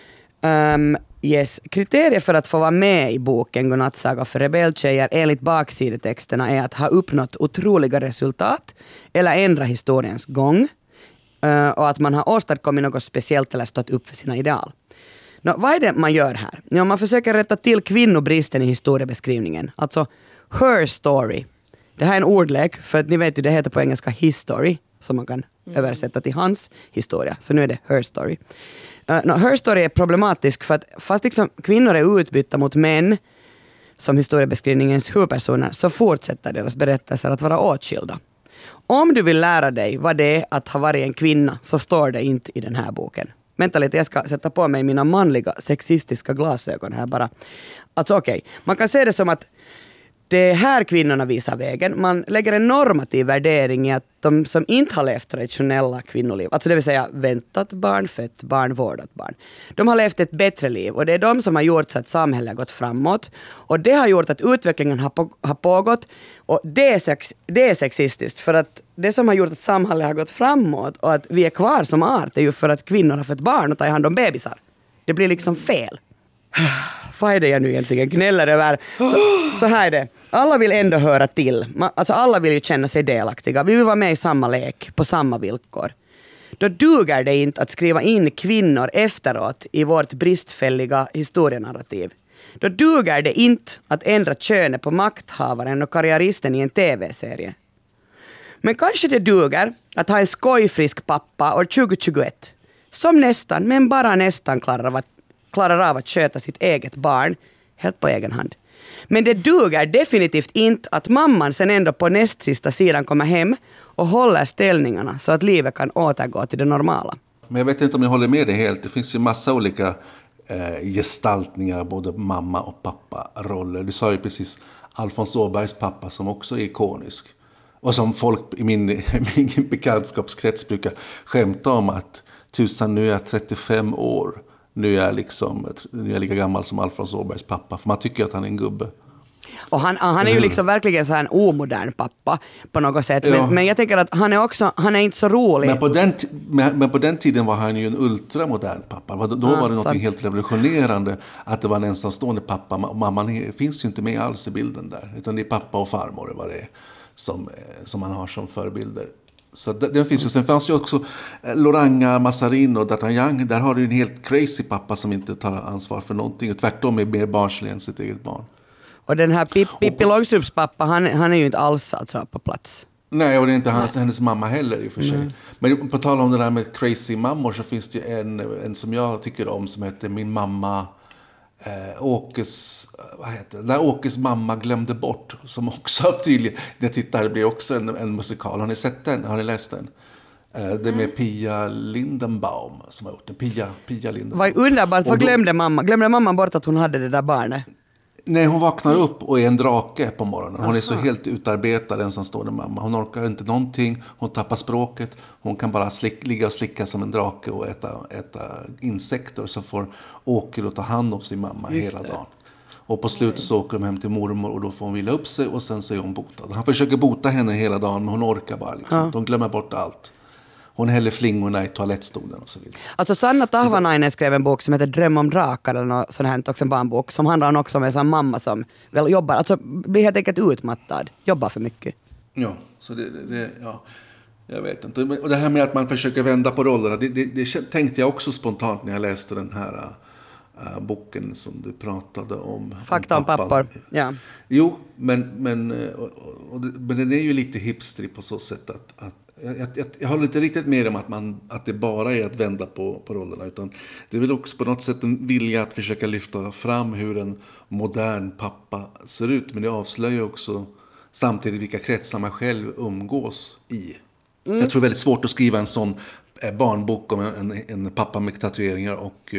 Um, yes. Kriterier för att få vara med i boken Godnattsaga för rebelltjejer enligt baksidetexterna är att ha uppnått otroliga resultat eller ändra historiens gång uh, och att man har åstadkommit något speciellt eller stått upp för sina ideal. Nå, vad är det man gör här? Ja, man försöker rätta till kvinnobristen i historiebeskrivningen. Alltså her story. Det här är en ordlek för att ni vet ju det heter på engelska history som man kan mm. översätta till hans historia. Så nu är det her story. Uh, no, her story är problematisk för att fast liksom kvinnor är utbytta mot män som historiebeskrivningens huvudpersoner så fortsätter deras berättelser att vara åtskilda. Om du vill lära dig vad det är att ha varit en kvinna så står det inte i den här boken. Vänta lite, jag ska sätta på mig mina manliga sexistiska glasögon här bara. Alltså okej, okay. Man kan se det som att det är här kvinnorna visar vägen. Man lägger en normativ värdering i att de som inte har levt traditionella kvinnoliv, alltså det vill säga väntat barn, fött barn, vårdat barn, de har levt ett bättre liv och det är de som har gjort så att samhället har gått framåt och det har gjort att utvecklingen har, på, har pågått och det är, sex, det är sexistiskt för att det som har gjort att samhället har gått framåt och att vi är kvar som art är ju för att kvinnor har fått barn och tar hand om bebisar. Det blir liksom fel. Vad är det jag nu egentligen gnäller över? Så, så här är det. Alla vill ändå höra till. Alltså alla vill ju känna sig delaktiga. Vi vill vara med i samma lek på samma villkor. Då duger det inte att skriva in kvinnor efteråt i vårt bristfälliga historienarrativ. Då duger det inte att ändra könet på makthavaren och karriäristen i en tv-serie. Men kanske det duger att ha en skojfrisk pappa år tjugohundratjugoett som nästan, men bara nästan klarar av att, klarar av att sköta sitt eget barn helt på egen hand. Men det duger definitivt inte att mamman sen ändå på näst sista sidan kommer hem och håller ställningarna så att livet kan återgå till det normala. Men jag vet inte om jag håller med dig helt. Det finns ju massa olika eh, gestaltningar, både mamma och pappa-roller. Du sa ju precis Alfons Åbergs pappa som också är ikonisk. Och som folk i min, i min bekantskapskrets brukar skämta om att tusan, nu är jag trettiofem år. Nu är jag, liksom, nu är jag lika gammal som Alfons Åbergs pappa. För man tycker att han är en gubbe. Och han, han är ju liksom verkligen så här en omodern pappa på något sätt. Men, ja. men jag tänker att han är också, han är inte så rolig. Men på den, men på den tiden var han ju en ultramodern pappa. Då ja, var det något sant. helt revolutionerande att det var en ensamstående pappa. Mamman finns ju inte med alls i bilden där. Utan det är pappa och farmor vad det är som, som man har som förebilder. Så det, den finns ju. Sen fanns ju också Loranga, Massarino och D'Artagnan. Där har du en helt crazy pappa som inte tar ansvar för någonting. Och tvärtom är mer barnslig än sitt eget barn. Och den här Pippi, Pippi Långstrumps pappa, han, han är ju inte alls alltså på plats. Nej, och det är inte hans, hennes mamma heller i och för sig. Mm. Men på tal om det där med crazy mammor så finns det ju en, en som jag tycker om som heter Min mamma eh, Åkes, vad heter det? När Åkes mamma glömde bort. Som också tydligen, det tittar, det blir också en, en musikal. Har ni sett den? Har ni läst den? Eh, det är med Pia Lindenbaum som har gjort den. Pia, Pia Lindenbaum. Vad underbart, vad glömde mamma? Glömde mamma bort att hon hade det där barnet? Nej, hon vaknar upp och är en drake på morgonen. Hon är så helt utarbetad, ensamstående mamma. Hon orkar inte någonting, hon tappar språket. Hon kan bara slick, ligga och slicka som en drake och äta, äta insekter. Så får Åke att ta hand om sin mamma Just hela det. dagen. Och på slutet så åker de hem till mormor och då får hon vila upp sig och sen så är hon botad. Han försöker bota henne hela dagen men hon orkar bara liksom. Ja. De glömmer bort allt. Hon häller flingorna i toalettstolen och så vidare. Alltså Sanna Tahvanainen skrev en bok som heter Dröm om drakar eller något sånt här, också en barnbok som handlar också om en sån mamma som väl jobbar, alltså blir helt enkelt utmattad, jobbar för mycket. Ja, så det, det ja, jag vet inte. Och det här med att man försöker vända på rollerna, det, det, det tänkte jag också spontant när jag läste den här uh, boken som du pratade om. Fakta om, om pappor, ja. Jo, men, men, och, och, men den är ju lite hipstrig på så sätt att, att Jag, jag, jag håller inte riktigt med om att, man, att det bara är att vända på, på rollerna. Utan det är väl också på något sätt en vilja att försöka lyfta fram hur en modern pappa ser ut. Men det avslöjar också samtidigt vilka kretsar man själv umgås i. Mm. Jag tror det är väldigt svårt att skriva en sån barnbok om en, en pappa med tatueringar och,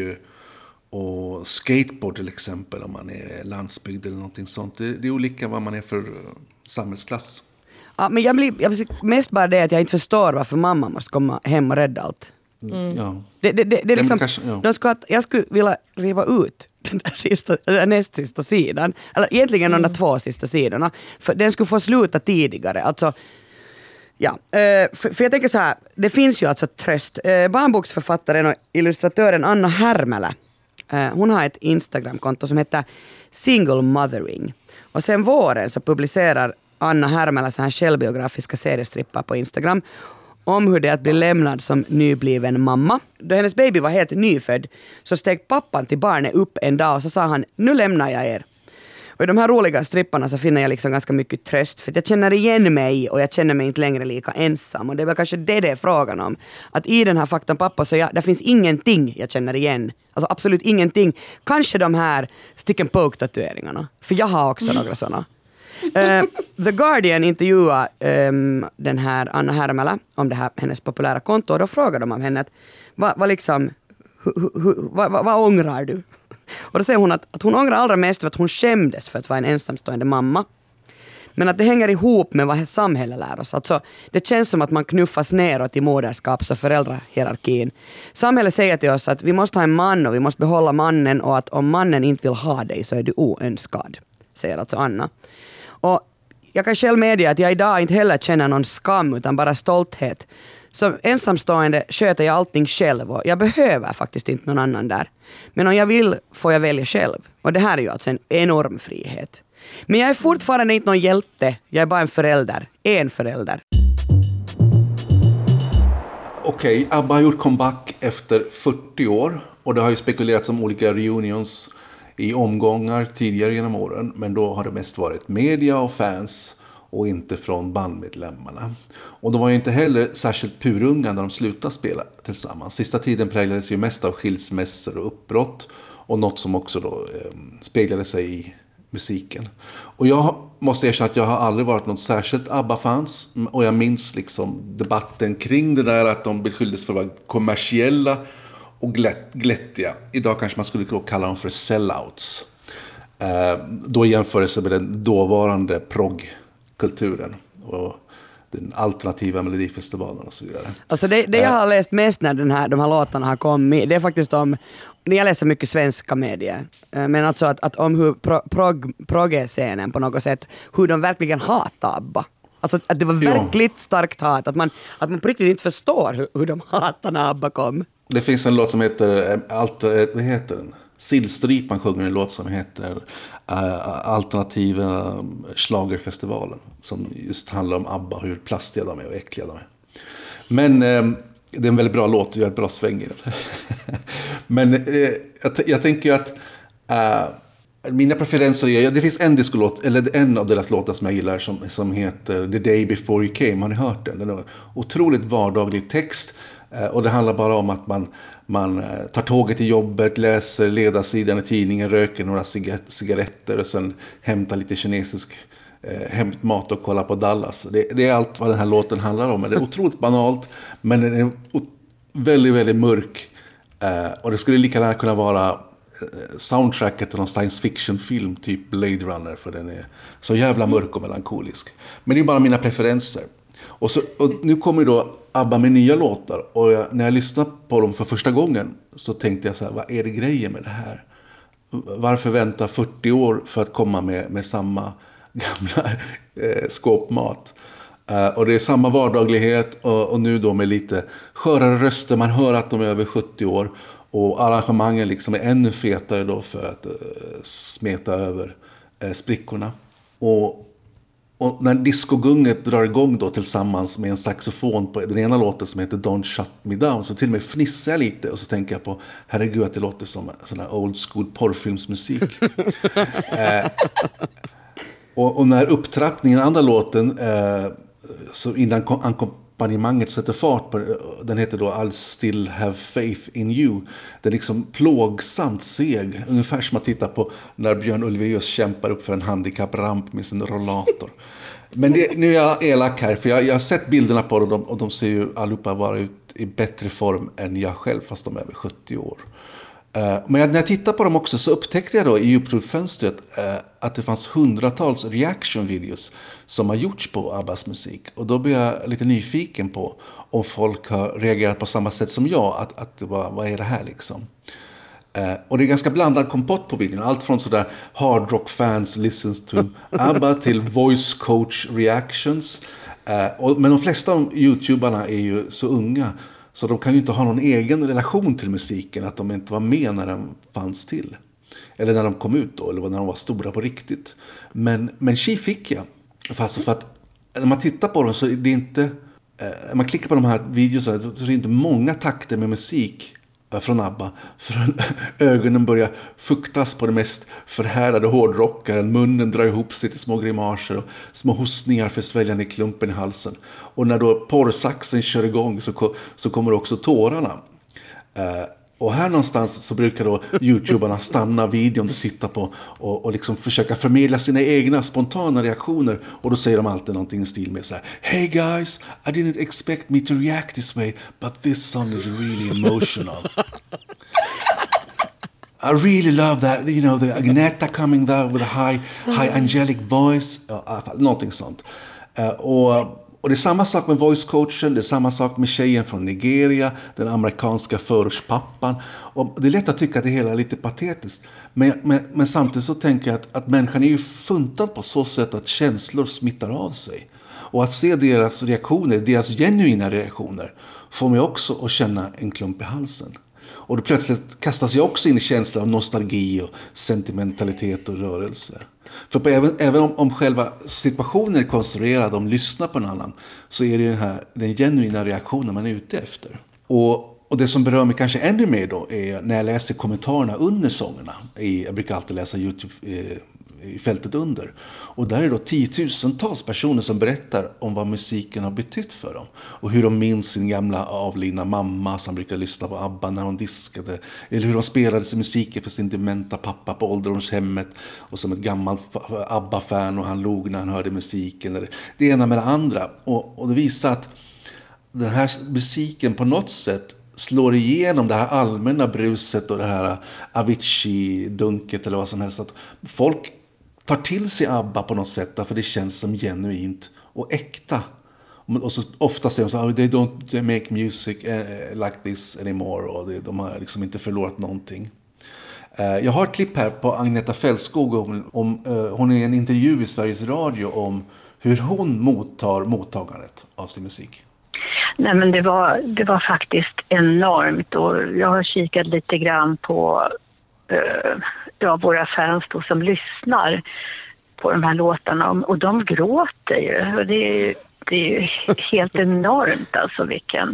och skateboard till exempel. Om man är landsbygd eller någonting sånt. Det, det är olika vad man är för samhällsklass. Ja, men jag blir, jag blir mest bara det att jag inte förstår varför mamma måste komma hem och rädda allt. Mm. Ja. Det, det, det, det är liksom, kanske, ja. de ska, jag skulle vilja riva ut den där sista, den näst sista sidan. Eller egentligen mm. de där två sista sidorna. För den skulle få sluta tidigare. Alltså, ja. För, för jag tänker så här, det finns ju alltså tröst. Barnboksförfattaren och illustratören Anna Härmälä, hon har ett Instagramkonto som heter Single Mothering. Och sen våren så publicerar Anna Härmälä så här självbiografiska seriestrippar på Instagram om hur det är att bli lämnad som nybliven mamma. Då hennes baby var helt nyfödd så steg pappan till barnet upp en dag och så sa han, nu lämnar jag er. Och i de här roliga stripparna så finner jag liksom ganska mycket tröst för att jag känner igen mig och jag känner mig inte längre lika ensam. Och det är väl kanske det det är frågan om. Att i den här faktan pappa så jag, det finns ingenting jag känner igen. Alltså absolut ingenting. Kanske de här stick and poke tatueringarna. För jag har också mm. några sådana. Uh, The Guardian intervjuade um, den här Anna Härmälä om det här hennes populära konto och då frågade de av henne att vad, vad liksom hu, hu, hu, vad, vad, vad ångrar du? Och då säger hon att, att hon ångrar allra mest för att hon skämdes för att vara en ensamstående mamma. Men att det hänger ihop med vad samhället lär oss. Alltså, det känns som att man knuffas neråt i moderskaps- och föräldrahierarkin. Samhället säger till oss att vi måste ha en man och vi måste behålla mannen och att om mannen inte vill ha dig så är du oönskad, säger alltså Anna. Och jag kan själv medge att jag idag inte heller känner någon skam utan bara stolthet. Som ensamstående sköter jag allting själv och jag behöver faktiskt inte någon annan där. Men om jag vill får jag välja själv. Och det här är ju alltså en enorm frihet. Men jag är fortfarande inte någon hjälte. Jag är bara en förälder. En förälder. okej, okay, ABBA har gjort comeback efter fyrtio år. Och det har ju spekulerats om olika reunions i omgångar tidigare genom åren. Men då har det mest varit media och fans och inte från bandmedlemmarna. Och de var ju inte heller särskilt purunga när de slutade spela tillsammans. Sista tiden präglades ju mest av skilsmässor och uppbrott. Och något som också då eh, speglade sig i musiken. Och jag måste erkänna att jag har aldrig varit något särskilt ABBA-fans. Och jag minns liksom debatten kring det där att de beskylldes för att vara kommersiella och glätt, glättiga. Idag kanske man skulle kalla dem för sellouts. Eh, då i jämförelse med den dåvarande prog-kulturen och den alternativa melodifestivalen och så vidare. Alltså det, det jag har läst mest när den här, de här låtarna har kommit, det är faktiskt om, jag läser mycket svenska medier, men alltså att, att om hur pro, prog, prog-scenen på något sätt, hur de verkligen hatar ABBA. Alltså att det var verkligt ja. starkt hat, att man, att man på riktigt inte förstår hur, hur de hatar när ABBA kom. Det finns en låt som heter, alter, vad heter den? Sillstrypan sjunger en låt som heter uh, Alternativa schlagerfestivalen, som just handlar om ABBA, hur plastiga de är och äckliga de är. Men uh, det är en väldigt bra låt och gör ett bra sväng i den. Men uh, jag, jag tänker att uh, mina preferenser är, det finns en diskolåt, eller en av deras låtar som jag gillar som, som heter The Day Before You Came. Har ni hört den? Den är otroligt vardaglig text. Och det handlar bara om att man, man tar tåget till jobbet, läser ledarsidan i tidningen, röker några cigaretter och sen hämtar lite kinesisk eh, hämtmat och kollar på Dallas. Det, det är allt vad den här låten handlar om. Det är otroligt banalt, men den är väldigt, väldigt mörk. Eh, och det skulle lika gärna kunna vara soundtracket till någon science fiction-film typ Blade Runner, för den är så jävla mörk och melankolisk. Men det är bara mina preferenser. Och, så, och nu kommer då ABBA med nya låtar. Och jag, när jag lyssnade på dem för första gången så tänkte jag så här, vad är det grejen med det här? Varför vänta fyrtio år för att komma med, med samma gamla eh, skåpmat? Uh, och det är samma vardaglighet och, och nu då med lite skörare röster. Man hör att de är över sjuttio år. Och arrangemangen liksom är ännu fetare då för att uh, smeta över uh, sprickorna. Och Och när discogunget drar igång då tillsammans med en saxofon på den ena låten som heter Don't Shut Me Down, så till och med fnissar jag lite och så tänker jag på, herregud att det låter som sån här old school porrfilmsmusik. eh, och, och när upptrappningen, andra låten, eh, så innan ackompanjemanget sätter fart på, den heter då I'll Still Have Faith in You. Den är liksom plågsamt seg, ungefär som att titta på när Björn Ulvaeus kämpar upp för en handikappramp med sin rollator. Men det, nu är jag elak här, för jag, jag har sett bilderna på dem och de ser ju allihopa vara ut i bättre form än jag själv, fast de är över sjuttio år. Uh, men jag, när jag tittar på dem också så upptäckte jag då i YouTube-fönstret uh, att det fanns hundratals reaction-videos som har gjorts på ABBAs musik. Och då blev jag lite nyfiken på om folk har reagerat på samma sätt som jag. Att, att vad, vad är det här liksom? Uh, och det är ganska blandad kompott på videon. Allt från sådär hard rock fans listens to ABBA till voice coach reactions. Uh, och, men de flesta av YouTuberna är ju så unga, så de kan ju inte ha någon egen relation till musiken, att de inte var med när den fanns till. Eller när de kom ut då, eller när de var stora på riktigt. Men, men tji fick jag. Fast för att när man tittar på dem så är det inte, eh, man klickar på de här videorna så är det inte många takter med musik från ABBA, förrän ögonen börjar fuktas på det mest förhärdade hårdrockaren, munnen drar ihop sig till små grimaser och små hostningar för sväljande klumpen i halsen. Och när då porrsaxen kör igång så, så kommer också tårarna. Uh, och här någonstans så brukar då YouTuberna stanna videon och titta på och, och liksom försöka förmedla sina egna spontana reaktioner. Och då säger de alltid någonting i stil med så här: Hey guys, I didn't expect me to react this way, but this song is really emotional. I really love that, you know, the Agneta coming there with a high, high angelic voice. Uh, någonting sånt. Uh, och... Och det är samma sak med voice coachen, det är samma sak med tjejen från Nigeria, den amerikanska förortspappan. Och det är lätt att tycka att det hela är lite patetiskt. Men, men, men samtidigt så tänker jag att, att människan är ju funtad på så sätt att känslor smittar av sig. Och att se deras reaktioner, deras genuina reaktioner, får mig också att känna en klump i halsen. Och då plötsligt kastas jag också in i känslan av nostalgi och sentimentalitet och rörelse. För på, även, även om, om själva situationen är konstruerad, om lyssnar på en annan, så är det den här den genuina reaktionen man är ute efter. Och, och det som berör mig kanske ännu mer då är när jag läser kommentarerna under sångerna. I, jag brukar alltid läsa YouTube eh, i fältet under. Och där är då tiotusentals personer som berättar om vad musiken har betytt för dem. Och hur de minns sin gamla avlidna mamma som brukar lyssna på ABBA när hon diskade. Eller hur de spelade sin musiken för sin dementa pappa på ålderdomshemmet. Och som ett gammalt ABBA-fan och han log när han hörde musiken. Eller det ena med det andra. Och, och det visar att den här musiken på något sätt slår igenom det här allmänna bruset och det här Avicii-dunket eller vad som helst. Att folk tar till sig ABBA på något sätt för det känns som genuint och äkta. Och så ofta säger de så här, they don't they make music like this anymore, och de har liksom inte förlorat någonting. Jag har ett klipp här på Agneta Fältskog om, om hon är i en intervju i Sveriges Radio om hur hon mottar mottagandet av sin musik. Nej, men det var, det var faktiskt enormt, och jag har kikat lite grann på uh, ja, våra fans då som lyssnar på de här låtarna, och de gråter ju. Och det är, det är helt enormt alltså vilken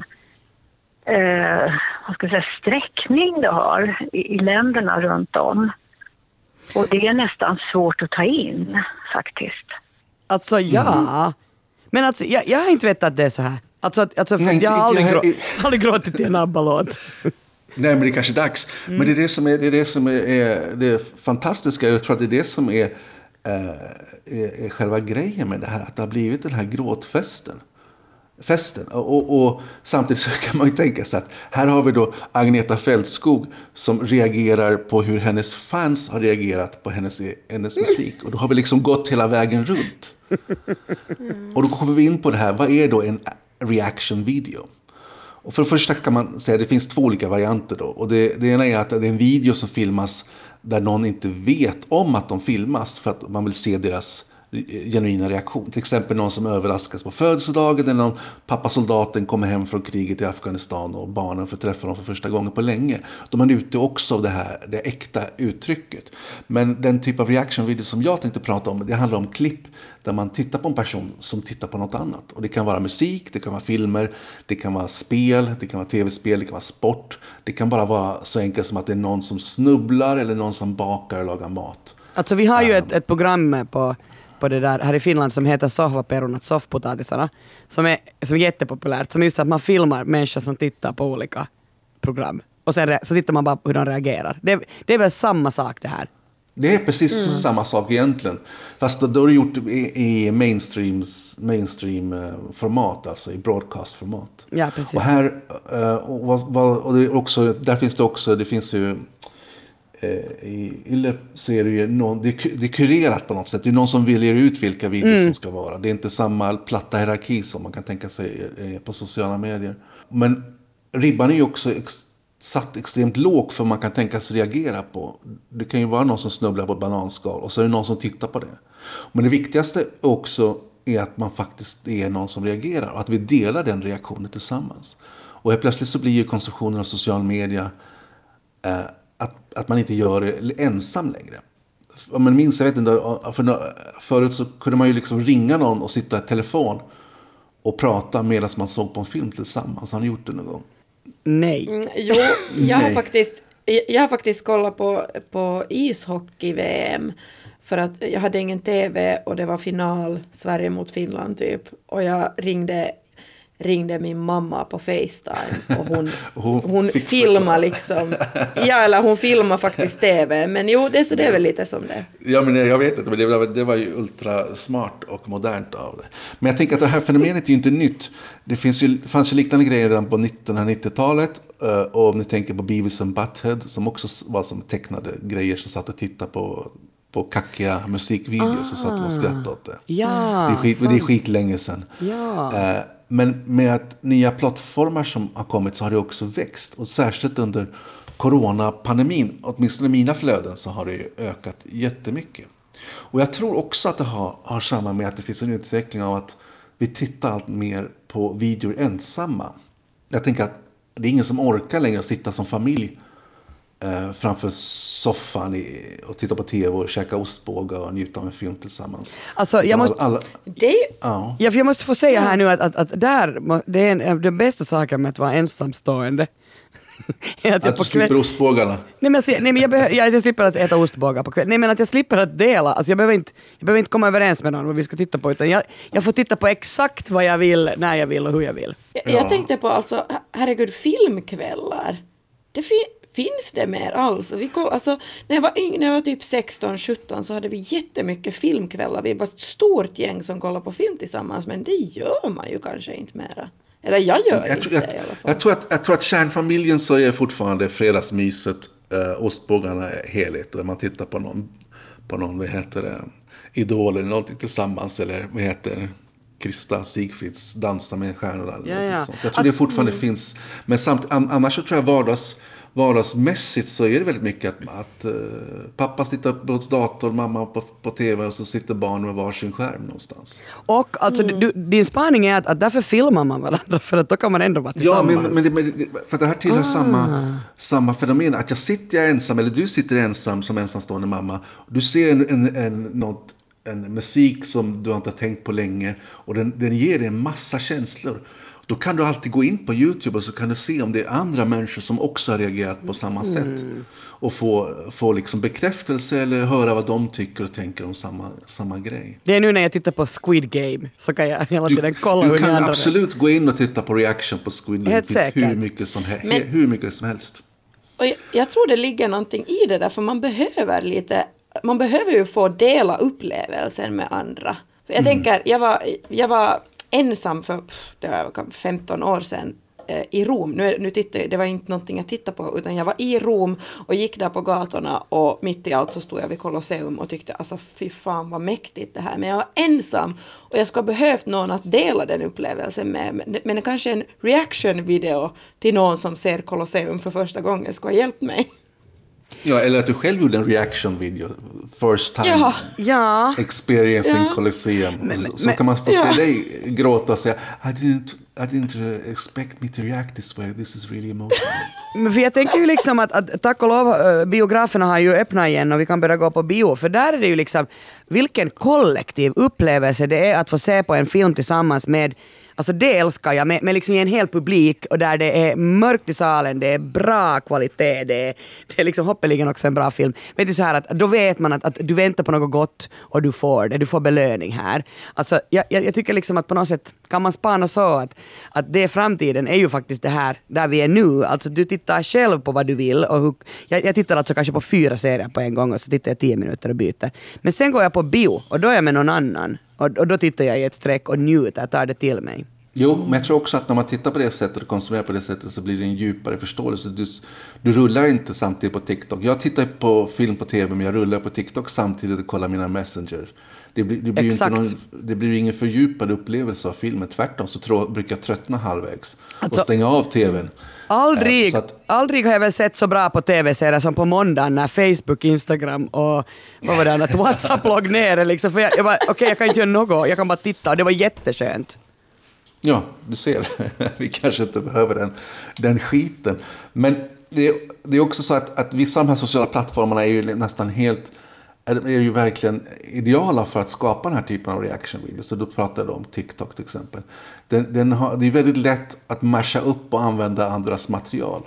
uh, vad ska jag säga, sträckning det har i, i länderna runt om. Och det är nästan svårt att ta in faktiskt. Alltså ja, mm. men alltså, jag, jag har inte vetat att det är så här. Alltså, alltså Nej, jag har aldrig, jag, grå, aldrig gråtit till en ABBA-låt. Nej, men det är kanske dags. Mm. Men det är det som är det, är det, som är, är det fantastiska. Jag tror att det är det som är, är, är själva grejen med det här. Att det har blivit den här gråtfesten. Festen. Och, och, och samtidigt så kan man ju tänka sig att här har vi då Agneta Fältskog som reagerar på hur hennes fans har reagerat på hennes, hennes musik. Och då har vi liksom gått hela vägen runt. Och då kommer vi in på det här. Vad är då en reaction video? Och för det första kan man säga att det finns två olika varianter då. Och det, det ena är att det är en video som filmas där någon inte vet om att de filmas för att man vill se deras genuina reaktion. Till exempel någon som överraskas på födelsedagen, eller någon pappasoldaten kommer hem från kriget i Afghanistan och barnen får träffa dem för första gången på länge. De är ute också av det här, det äkta uttrycket. Men den typ av reaction video som jag tänkte prata om, det handlar om klipp där man tittar på en person som tittar på något annat. Och det kan vara musik, det kan vara filmer, det kan vara spel, det kan vara tv-spel, det kan vara sport. Det kan bara vara så enkelt som att det är någon som snubblar eller någon som bakar och lagar mat. Alltså vi har ju um, ett, ett program på på det där här i Finland som heter Sohvaperunat, soffpotatisarna, som är, som är jättepopulärt, som just att man filmar människor som tittar på olika program och sen så tittar man bara på hur de reagerar. Det, det är väl samma sak det här? Det är precis mm. samma sak egentligen. Fast då, då är det gjort i, i mainstreams, mainstream-format, alltså i broadcast-format. Ja, precis. Och här, och, och det också, där finns det också, det finns ju i Yle så är det ju någon, det är kurerat på något sätt. Det är någon som väljer ut vilka videos mm. som ska vara. Det är inte samma platta hierarki som man kan tänka sig på sociala medier. Men ribban är ju också ex, satt extremt lågt för man kan tänka sig reagera på. Det kan ju vara någon som snubblar på ett bananskal och så är det någon som tittar på det. Men det viktigaste också är att man faktiskt är någon som reagerar och att vi delar den reaktionen tillsammans. Och helt plötsligt så blir ju konsumtionen av social media eh, Att, att man inte gör det ensam längre. Men minns, jag vet inte, för, förut så kunde man ju liksom ringa någon och sitta i telefon och prata medan man såg på en film tillsammans. Har ni gjort det någon gång? Nej. Mm, jo, jag har faktiskt jag har faktiskt kollat på, på ishockey-V M för att jag hade ingen tv och det var final Sverige mot Finland typ. Och jag ringde ringde min mamma på FaceTime och hon, hon, hon filmar liksom. Ja, eller hon filmar faktiskt tv. Men jo, det, så det är väl lite som det. Ja, men jag vet inte, men det var, det var ju ultra smart och modernt av det. Men jag tänker att det här fenomenet är ju inte nytt. Det finns ju, fanns ju liknande grejer redan på nittonhundranittiotalet. Och om ni tänker på Beavis and Butthead som också var som tecknade grejer som satt och tittade på på kackiga musikvideor ah, så satt man och skrattade åt det. Ja, det är skit, det är skit länge sedan. Ja. Eh, men med att nya plattformar som har kommit så har det också växt. Och särskilt under coronapandemin, åtminstone mina flöden, så har det ju ökat jättemycket. Och jag tror också att det har, har samman med att det finns en utveckling av att vi tittar allt mer på videor ensamma. Jag tänker att det är ingen som orkar längre att sitta som familj eh, framför soffan i, och titta på tv och käka ostbågar och njuta av en film tillsammans. Alltså, jag måste... Alla, Det... ja. Ja, för jag måste få säga här nu att, att, att där, det är en, den bästa saken med att vara ensamstående. att, att du slipper kväll... ostbågarna. Nej men, nej, men jag, behö, jag, jag slipper att äta ostbågar på kvällen. Nej men att jag slipper att dela. Alltså jag, behöver inte, jag behöver inte komma överens med någon vad vi ska titta på. Utan jag, jag får titta på exakt vad jag vill, när jag vill och hur jag vill. Jag, jag tänkte på alltså, herregud, filmkvällar. Det fi, finns det mer alls? Vi koll, alltså, när, jag var yng, när jag var typ sexton sjutton så hade vi jättemycket filmkvällar. Vi var ett stort gäng som kollade på film tillsammans. Men det gör man ju kanske inte mera. Eller jag gör jag inte tror, det jag, i alla fall. Jag tror att, jag tror att kärnfamiljen så är fortfarande fredagsmyset. Eh, ostbågarna är heligt. Och man tittar på någon, på någon vad heter det, Idol eller någonting tillsammans. Eller vad heter Krista Sigfrids Dansa med stjärnor. Eller ja, ja. sånt. Jag tror att, det fortfarande mm. finns. Men samt, annars så tror jag vardags, vardagsmässigt så är det väldigt mycket att, att uh, pappa sitter på dator, mamma på, på tv och så sitter barn med varsin skärm någonstans. Och alltså, mm. du, din spaning är att, att därför filmar man varandra för att då kan man ändå vara tillsammans. Ja, men, men, det, men för det här tillhör ah. samma, samma fenomen. Att jag sitter ensam eller du sitter ensam som ensamstående mamma. Du ser en, en, en, något, en musik som du inte har tänkt på länge och den, den ger dig en massa känslor. Då kan du alltid gå in på YouTube och så kan du se om det är andra människor som också har reagerat på samma mm. sätt. Och få, få liksom bekräftelse eller höra vad de tycker och tänker om samma, samma grej. Det är nu när jag tittar på Squid Game så kan jag hela tiden kolla du, hur du kan andra absolut gå in och titta på reaction på Squid Game. Helt det finns hur mycket, som, Men, hur mycket som helst. Och jag, jag tror det ligger någonting i det där för man behöver lite, man behöver ju få dela upplevelsen med andra. För jag mm. tänker, jag var, jag var ensam för det var femton år sedan eh, i Rom. Nu, nu tittade, det var inte någonting jag tittade på utan jag var i Rom och gick där på gatorna och mitt i allt så stod jag vid Colosseum och tyckte alltså fy fan vad mäktigt det här. Men jag var ensam och jag skulle ha behövt någon att dela den upplevelsen med. Men, men kanske en reaction-video till någon som ser Colosseum för första gången skulle ha hjälpt mig. Ja, eller att du själv gjorde en reaction-video. First time ja. Ja. experiencing ja. Colosseum. Men, så, men, så kan man få ja. se dig gråta och säga I didn't, I didn't expect me to react this way. This is really emotional. Men för jag tänker ju liksom att, att tack och lov biograferna har ju öppnat igen och vi kan börja gå på bio. För där är det ju liksom vilken kollektiv upplevelse det är att få se på en film tillsammans med. Alltså det älskar jag, med, med liksom en hel publik och där det är mörkt i salen, det är bra kvalitet, det är, det är liksom hoppeligen också en bra film. Vet du så här att då vet man att, att du väntar på något gott och du får det, du får belöning här. Alltså jag, jag, jag tycker liksom att på något sätt kan man spana så att, att det framtiden är ju faktiskt det här där vi är nu. Alltså du tittar själv på vad du vill och hur, jag, jag tittar alltså kanske på fyra serier på en gång och så tittar jag tio minuter och byter. Men sen går jag på bio och då är jag med någon annan. Och, och då tittar jag i ett streck och njuter, tar det till mig. Jo, men jag tror också att när man tittar på det sättet och konsumerar på det sättet så blir det en djupare förståelse. Du, du rullar inte samtidigt på TikTok. Jag tittar på film på tv men jag rullar på TikTok samtidigt och kollar mina Messenger. Det blir, det blir, inte någon, det blir ingen fördjupad upplevelse av filmen. Tvärtom så tror, brukar jag tröttna halvvägs alltså, och stänga av tvn. Aldrig, äh, att, aldrig har jag väl sett så bra på tv-serier som på måndagen när Facebook, Instagram och vad var det annat, WhatsApp låg ner. Liksom, för jag, jag bara, okej okay, jag kan inte göra något, jag kan bara titta och det var jätteskönt. Ja, du ser. Vi kanske inte behöver den, den skiten. Men det, det är också så att, att vissa av de här sociala plattformarna är ju nästan helt, är ju verkligen ideala för att skapa den här typen av reaction-videos. Så då pratar jag om TikTok till exempel. Den, den har, det är väldigt lätt att masha upp och använda andras material.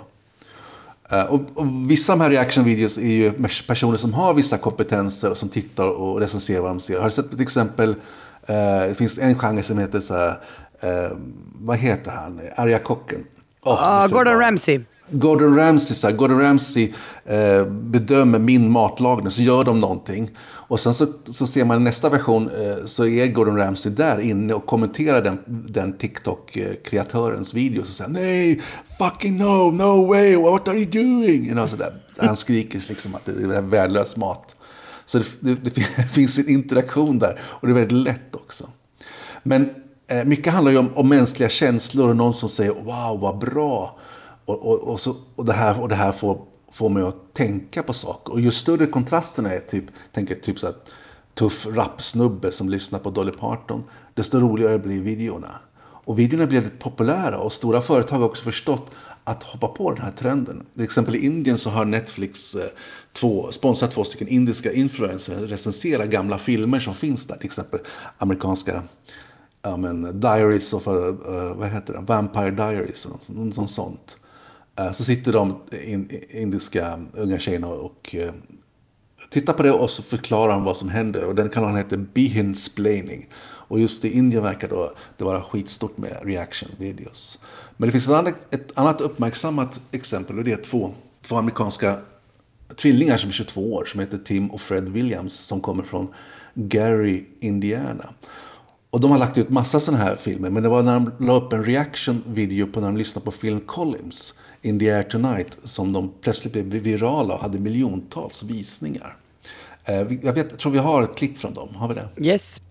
Uh, och, och vissa av de här reaction-videos är ju personer som har vissa kompetenser och som tittar och recenserar vad de ser. Har du sett till exempel, uh, det finns en genre som heter så här, Uh, vad heter han? Arja Kocken. Oh, uh, Gordon Ramsay. Gordon Ramsay, så här, Gordon Ramsay uh, bedömer min matlagning, så gör de någonting. Och sen så, så ser man i nästa version uh, så är Gordon Ramsay där inne och kommenterar den, den TikTok-kreatörens video. Så säger nej, fucking no, no way, what are you doing? You know, så där. Han skriker liksom att det är värdelös mat. Så det, det, det finns en interaktion där och det är väldigt lätt också. Men mycket handlar ju om, om mänskliga känslor och någon som säger wow vad bra och, och, och, så, och det här, och det här får, får mig att tänka på saker. Och ju större kontrasterna är, typ, tänker typ så att tuff rapsnubbe som lyssnar på Dolly Parton, desto roligare blir videorna. Och videorna blev lite populära och stora företag har också förstått att hoppa på den här trenden. Till exempel i Indien så har Netflix eh, två, sponsrat två stycken indiska influencers recensera gamla filmer som finns där. Till exempel amerikanska ja, men, Diaries of a, uh, vad heter det? Vampire Diaries, något, något sånt. Uh, så sitter de in, indiska unga tjejerna och uh, tittar på det och så förklarar de vad som händer. Och den kanalen heter Behinsplaining. Och just i Indien verkar då det vara skitstort med reaction-videos. Men det finns ett annat, ett annat uppmärksammat exempel. Och det är två, två amerikanska tvillingar som är tjugotvå år. Som heter Tim och Fred Williams. Som kommer från Gary, Indiana. Och de har lagt ut massa sådana här filmer. Men det var när de la upp en reaction-video på när de lyssnade på Phil Collins. In the Air Tonight. Som de plötsligt blev virala och hade miljontals visningar. Jag, vet, jag tror vi har ett klipp från dem. Har vi det? Yes.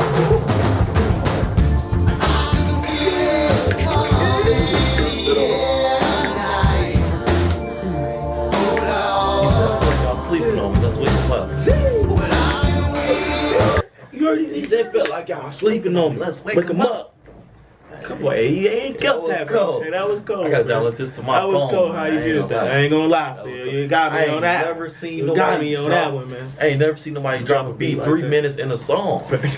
Sleeping on me, let's wake him up. You already, he said felt like y'all sleeping on me, let's wake, wake him up. up. Come on, he ain't kept that cold. Hey, that was cold. I gotta download this to my phone. That was cold how you did that. I ain't gonna lie, Phil. You got me on that. I ain't never seen nobody got me on that one, man. I ain't never seen nobody drop a beat three minutes in a song.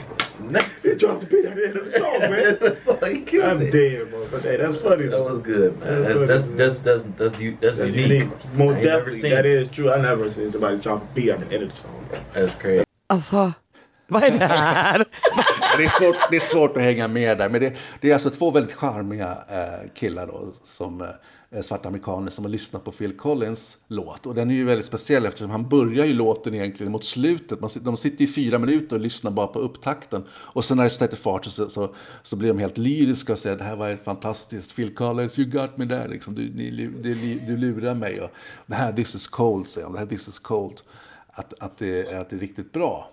He dropped the beat at the end of the song, man. That's all he killed. I'm it. dead, bro. But hey, that's funny. That was good, man. That's that's that's that's that's that's, that's, that's unique. unique. Most definitely, that is true. I never seen somebody drop a beat at the end of the song. Bro. That's crazy. Alltså, vad är det här? det, är svårt, det är svårt att hänga med där. Men det, det är alltså två väldigt charmiga äh, killar då, som äh, svarta amerikaner som har lyssnat på Phil Collins låt. Och den är ju väldigt speciell eftersom han börjar ju låten egentligen mot slutet. Man, de sitter i fyra minuter och lyssnar bara på upptakten. Och sen när det sätter fart så, så, så blir de helt lyriska och säger det här var ett fantastiskt. Phil Collins, you got me there. Liksom. Du, ni, du, du lurar mig. Och det här this is cold, säger han. Det här this is cold. Att, att, det, att det är riktigt bra.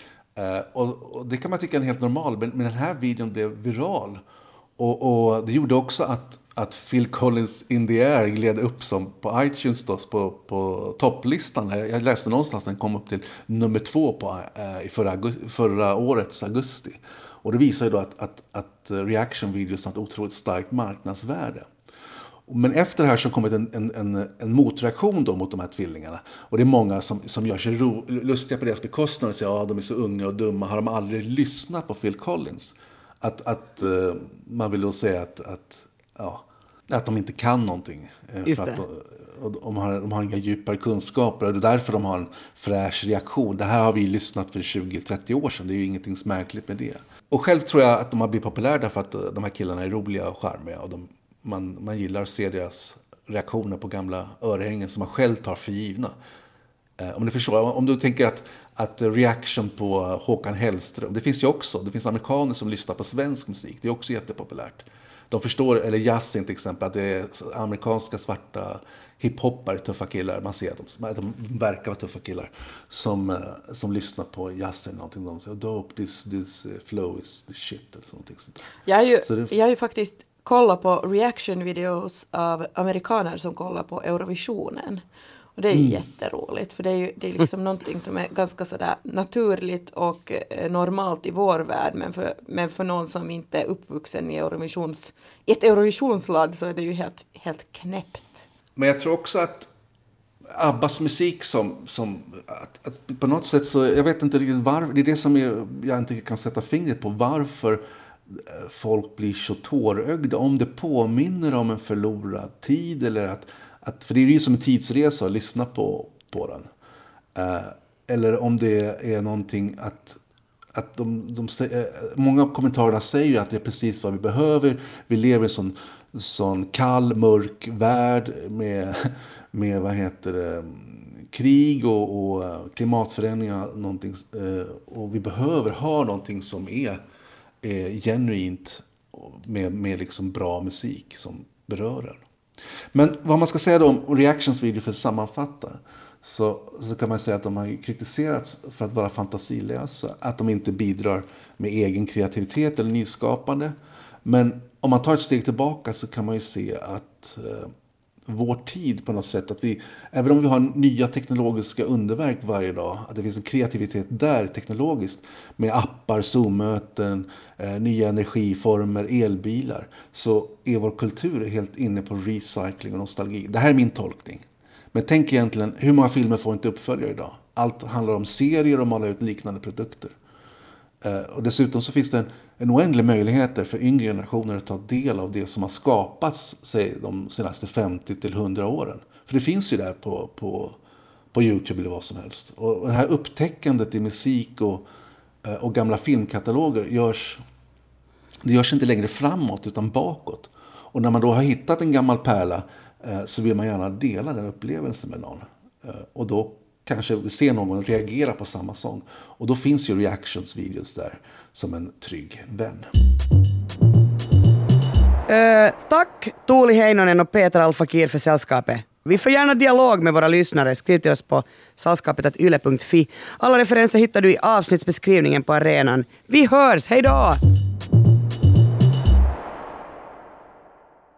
Uh, och, och det kan man tycka är helt normal, men, men den här videon blev viral och, och det gjorde också att, att Phil Collins In the Air gled upp som på iTunes då, på, på topplistan. Jag läste någonstans att den kom upp till nummer två på, uh, i förra, förra årets augusti. Och det visar ju då att, att, att reaction-videos har ett otroligt starkt marknadsvärde. Men efter det här så har kommit en, en, en, en motreaktion då mot de här tvillingarna. Och det är många som, som gör sig ro, lustiga på deras bekostnad och säger att ja, de är så unga och dumma. Har de aldrig lyssnat på Phil Collins? Att, att uh, man vill då säga att, att, ja, att de inte kan någonting. Just för att de, de, har, de har inga djupare kunskaper. Och det är därför de har en fräsch reaktion. Det här har vi lyssnat för tjugo trettio år sedan. Det är ju ingenting märkligt med det. Och själv tror jag att de har blivit populära därför att de här killarna är roliga och charmiga. Och de Man, man gillar att se deras reaktioner på gamla örhängen som man själv tar för givna. Eh, om du förstår, om du tänker att, att reaction på Håkan Hellström, det finns ju också, det finns amerikaner som lyssnar på svensk musik, det är också jättepopulärt. De förstår, eller jazzing till exempel, att det är amerikanska svarta hiphoppare, tuffa killar, man ser att de, att de verkar vara tuffa killar, som, som lyssnar på jazzen, någonting, de säger, dope, this, this flow is the shit, eller någonting sånt. Jag är ju, det, jag är ju faktiskt kolla på reaction-videos av amerikaner som kollar på Eurovisionen. Och det är ju mm. jätteroligt. För det är ju det är liksom någonting som är ganska sådär naturligt och eh, normalt i vår värld. Men för, men för någon som inte är uppvuxen i Eurovisions, ett Eurovisionsland så är det ju helt, helt knäppt. Men jag tror också att Abbas musik som, som att, att på något sätt så, jag vet inte riktigt varför, det är det som jag, jag inte kan sätta fingret på, varför folk blir så tårögda, om det påminner om en förlorad tid eller att, att för det är ju som en tidsresa att lyssna på, på den eh, eller om det är någonting att, att de, de, de, många av kommentarerna säger ju att det är precis vad vi behöver, vi lever i en sån, sån kall, mörk värld med, med vad heter det, krig och, och klimatförändringar någonting, eh, och vi behöver ha någonting som är är genuint med, med liksom bra musik som berör den. Men vad man ska säga då om reactionsvideo för att sammanfatta, så, så kan man säga att de har kritiserats för att vara fantasilösa, att de inte bidrar med egen kreativitet eller nyskapande. Men om man tar ett steg tillbaka så kan man ju se att eh, vår tid på något sätt. Att vi, även om vi har nya teknologiska underverk varje dag, att det finns en kreativitet där teknologiskt med appar, Zoom-möten, eh, nya energiformer, elbilar, så är vår kultur helt inne på recycling och nostalgi. Det här är min tolkning. Men tänk egentligen, hur många filmer får inte uppföljare idag? Allt handlar om serier och mala ut liknande produkter. Uh, och dessutom så finns det en, en oändlig möjligheter för yngre generationer att ta del av det som har skapats, säg, de senaste femtio till hundra åren. För det finns ju där på, på, på YouTube eller vad som helst. Och det här upptäckandet i musik och, uh, och gamla filmkataloger görs, det görs inte längre framåt utan bakåt. Och när man då har hittat en gammal pärla uh, så vill man gärna dela den upplevelsen med någon. Uh, och då kanske se någon reagera på samma sång. Och då finns ju reactions-videos där som en trygg vän. Uh, tack Tuuli Heinonen och Peter Al-Fakir för sällskapet. Vi får gärna dialog med våra lyssnare. Skriv till oss på sällskapet at yle punkt fi. Alla referenser hittar du i avsnittsbeskrivningen på arenan. Vi hörs, hej då!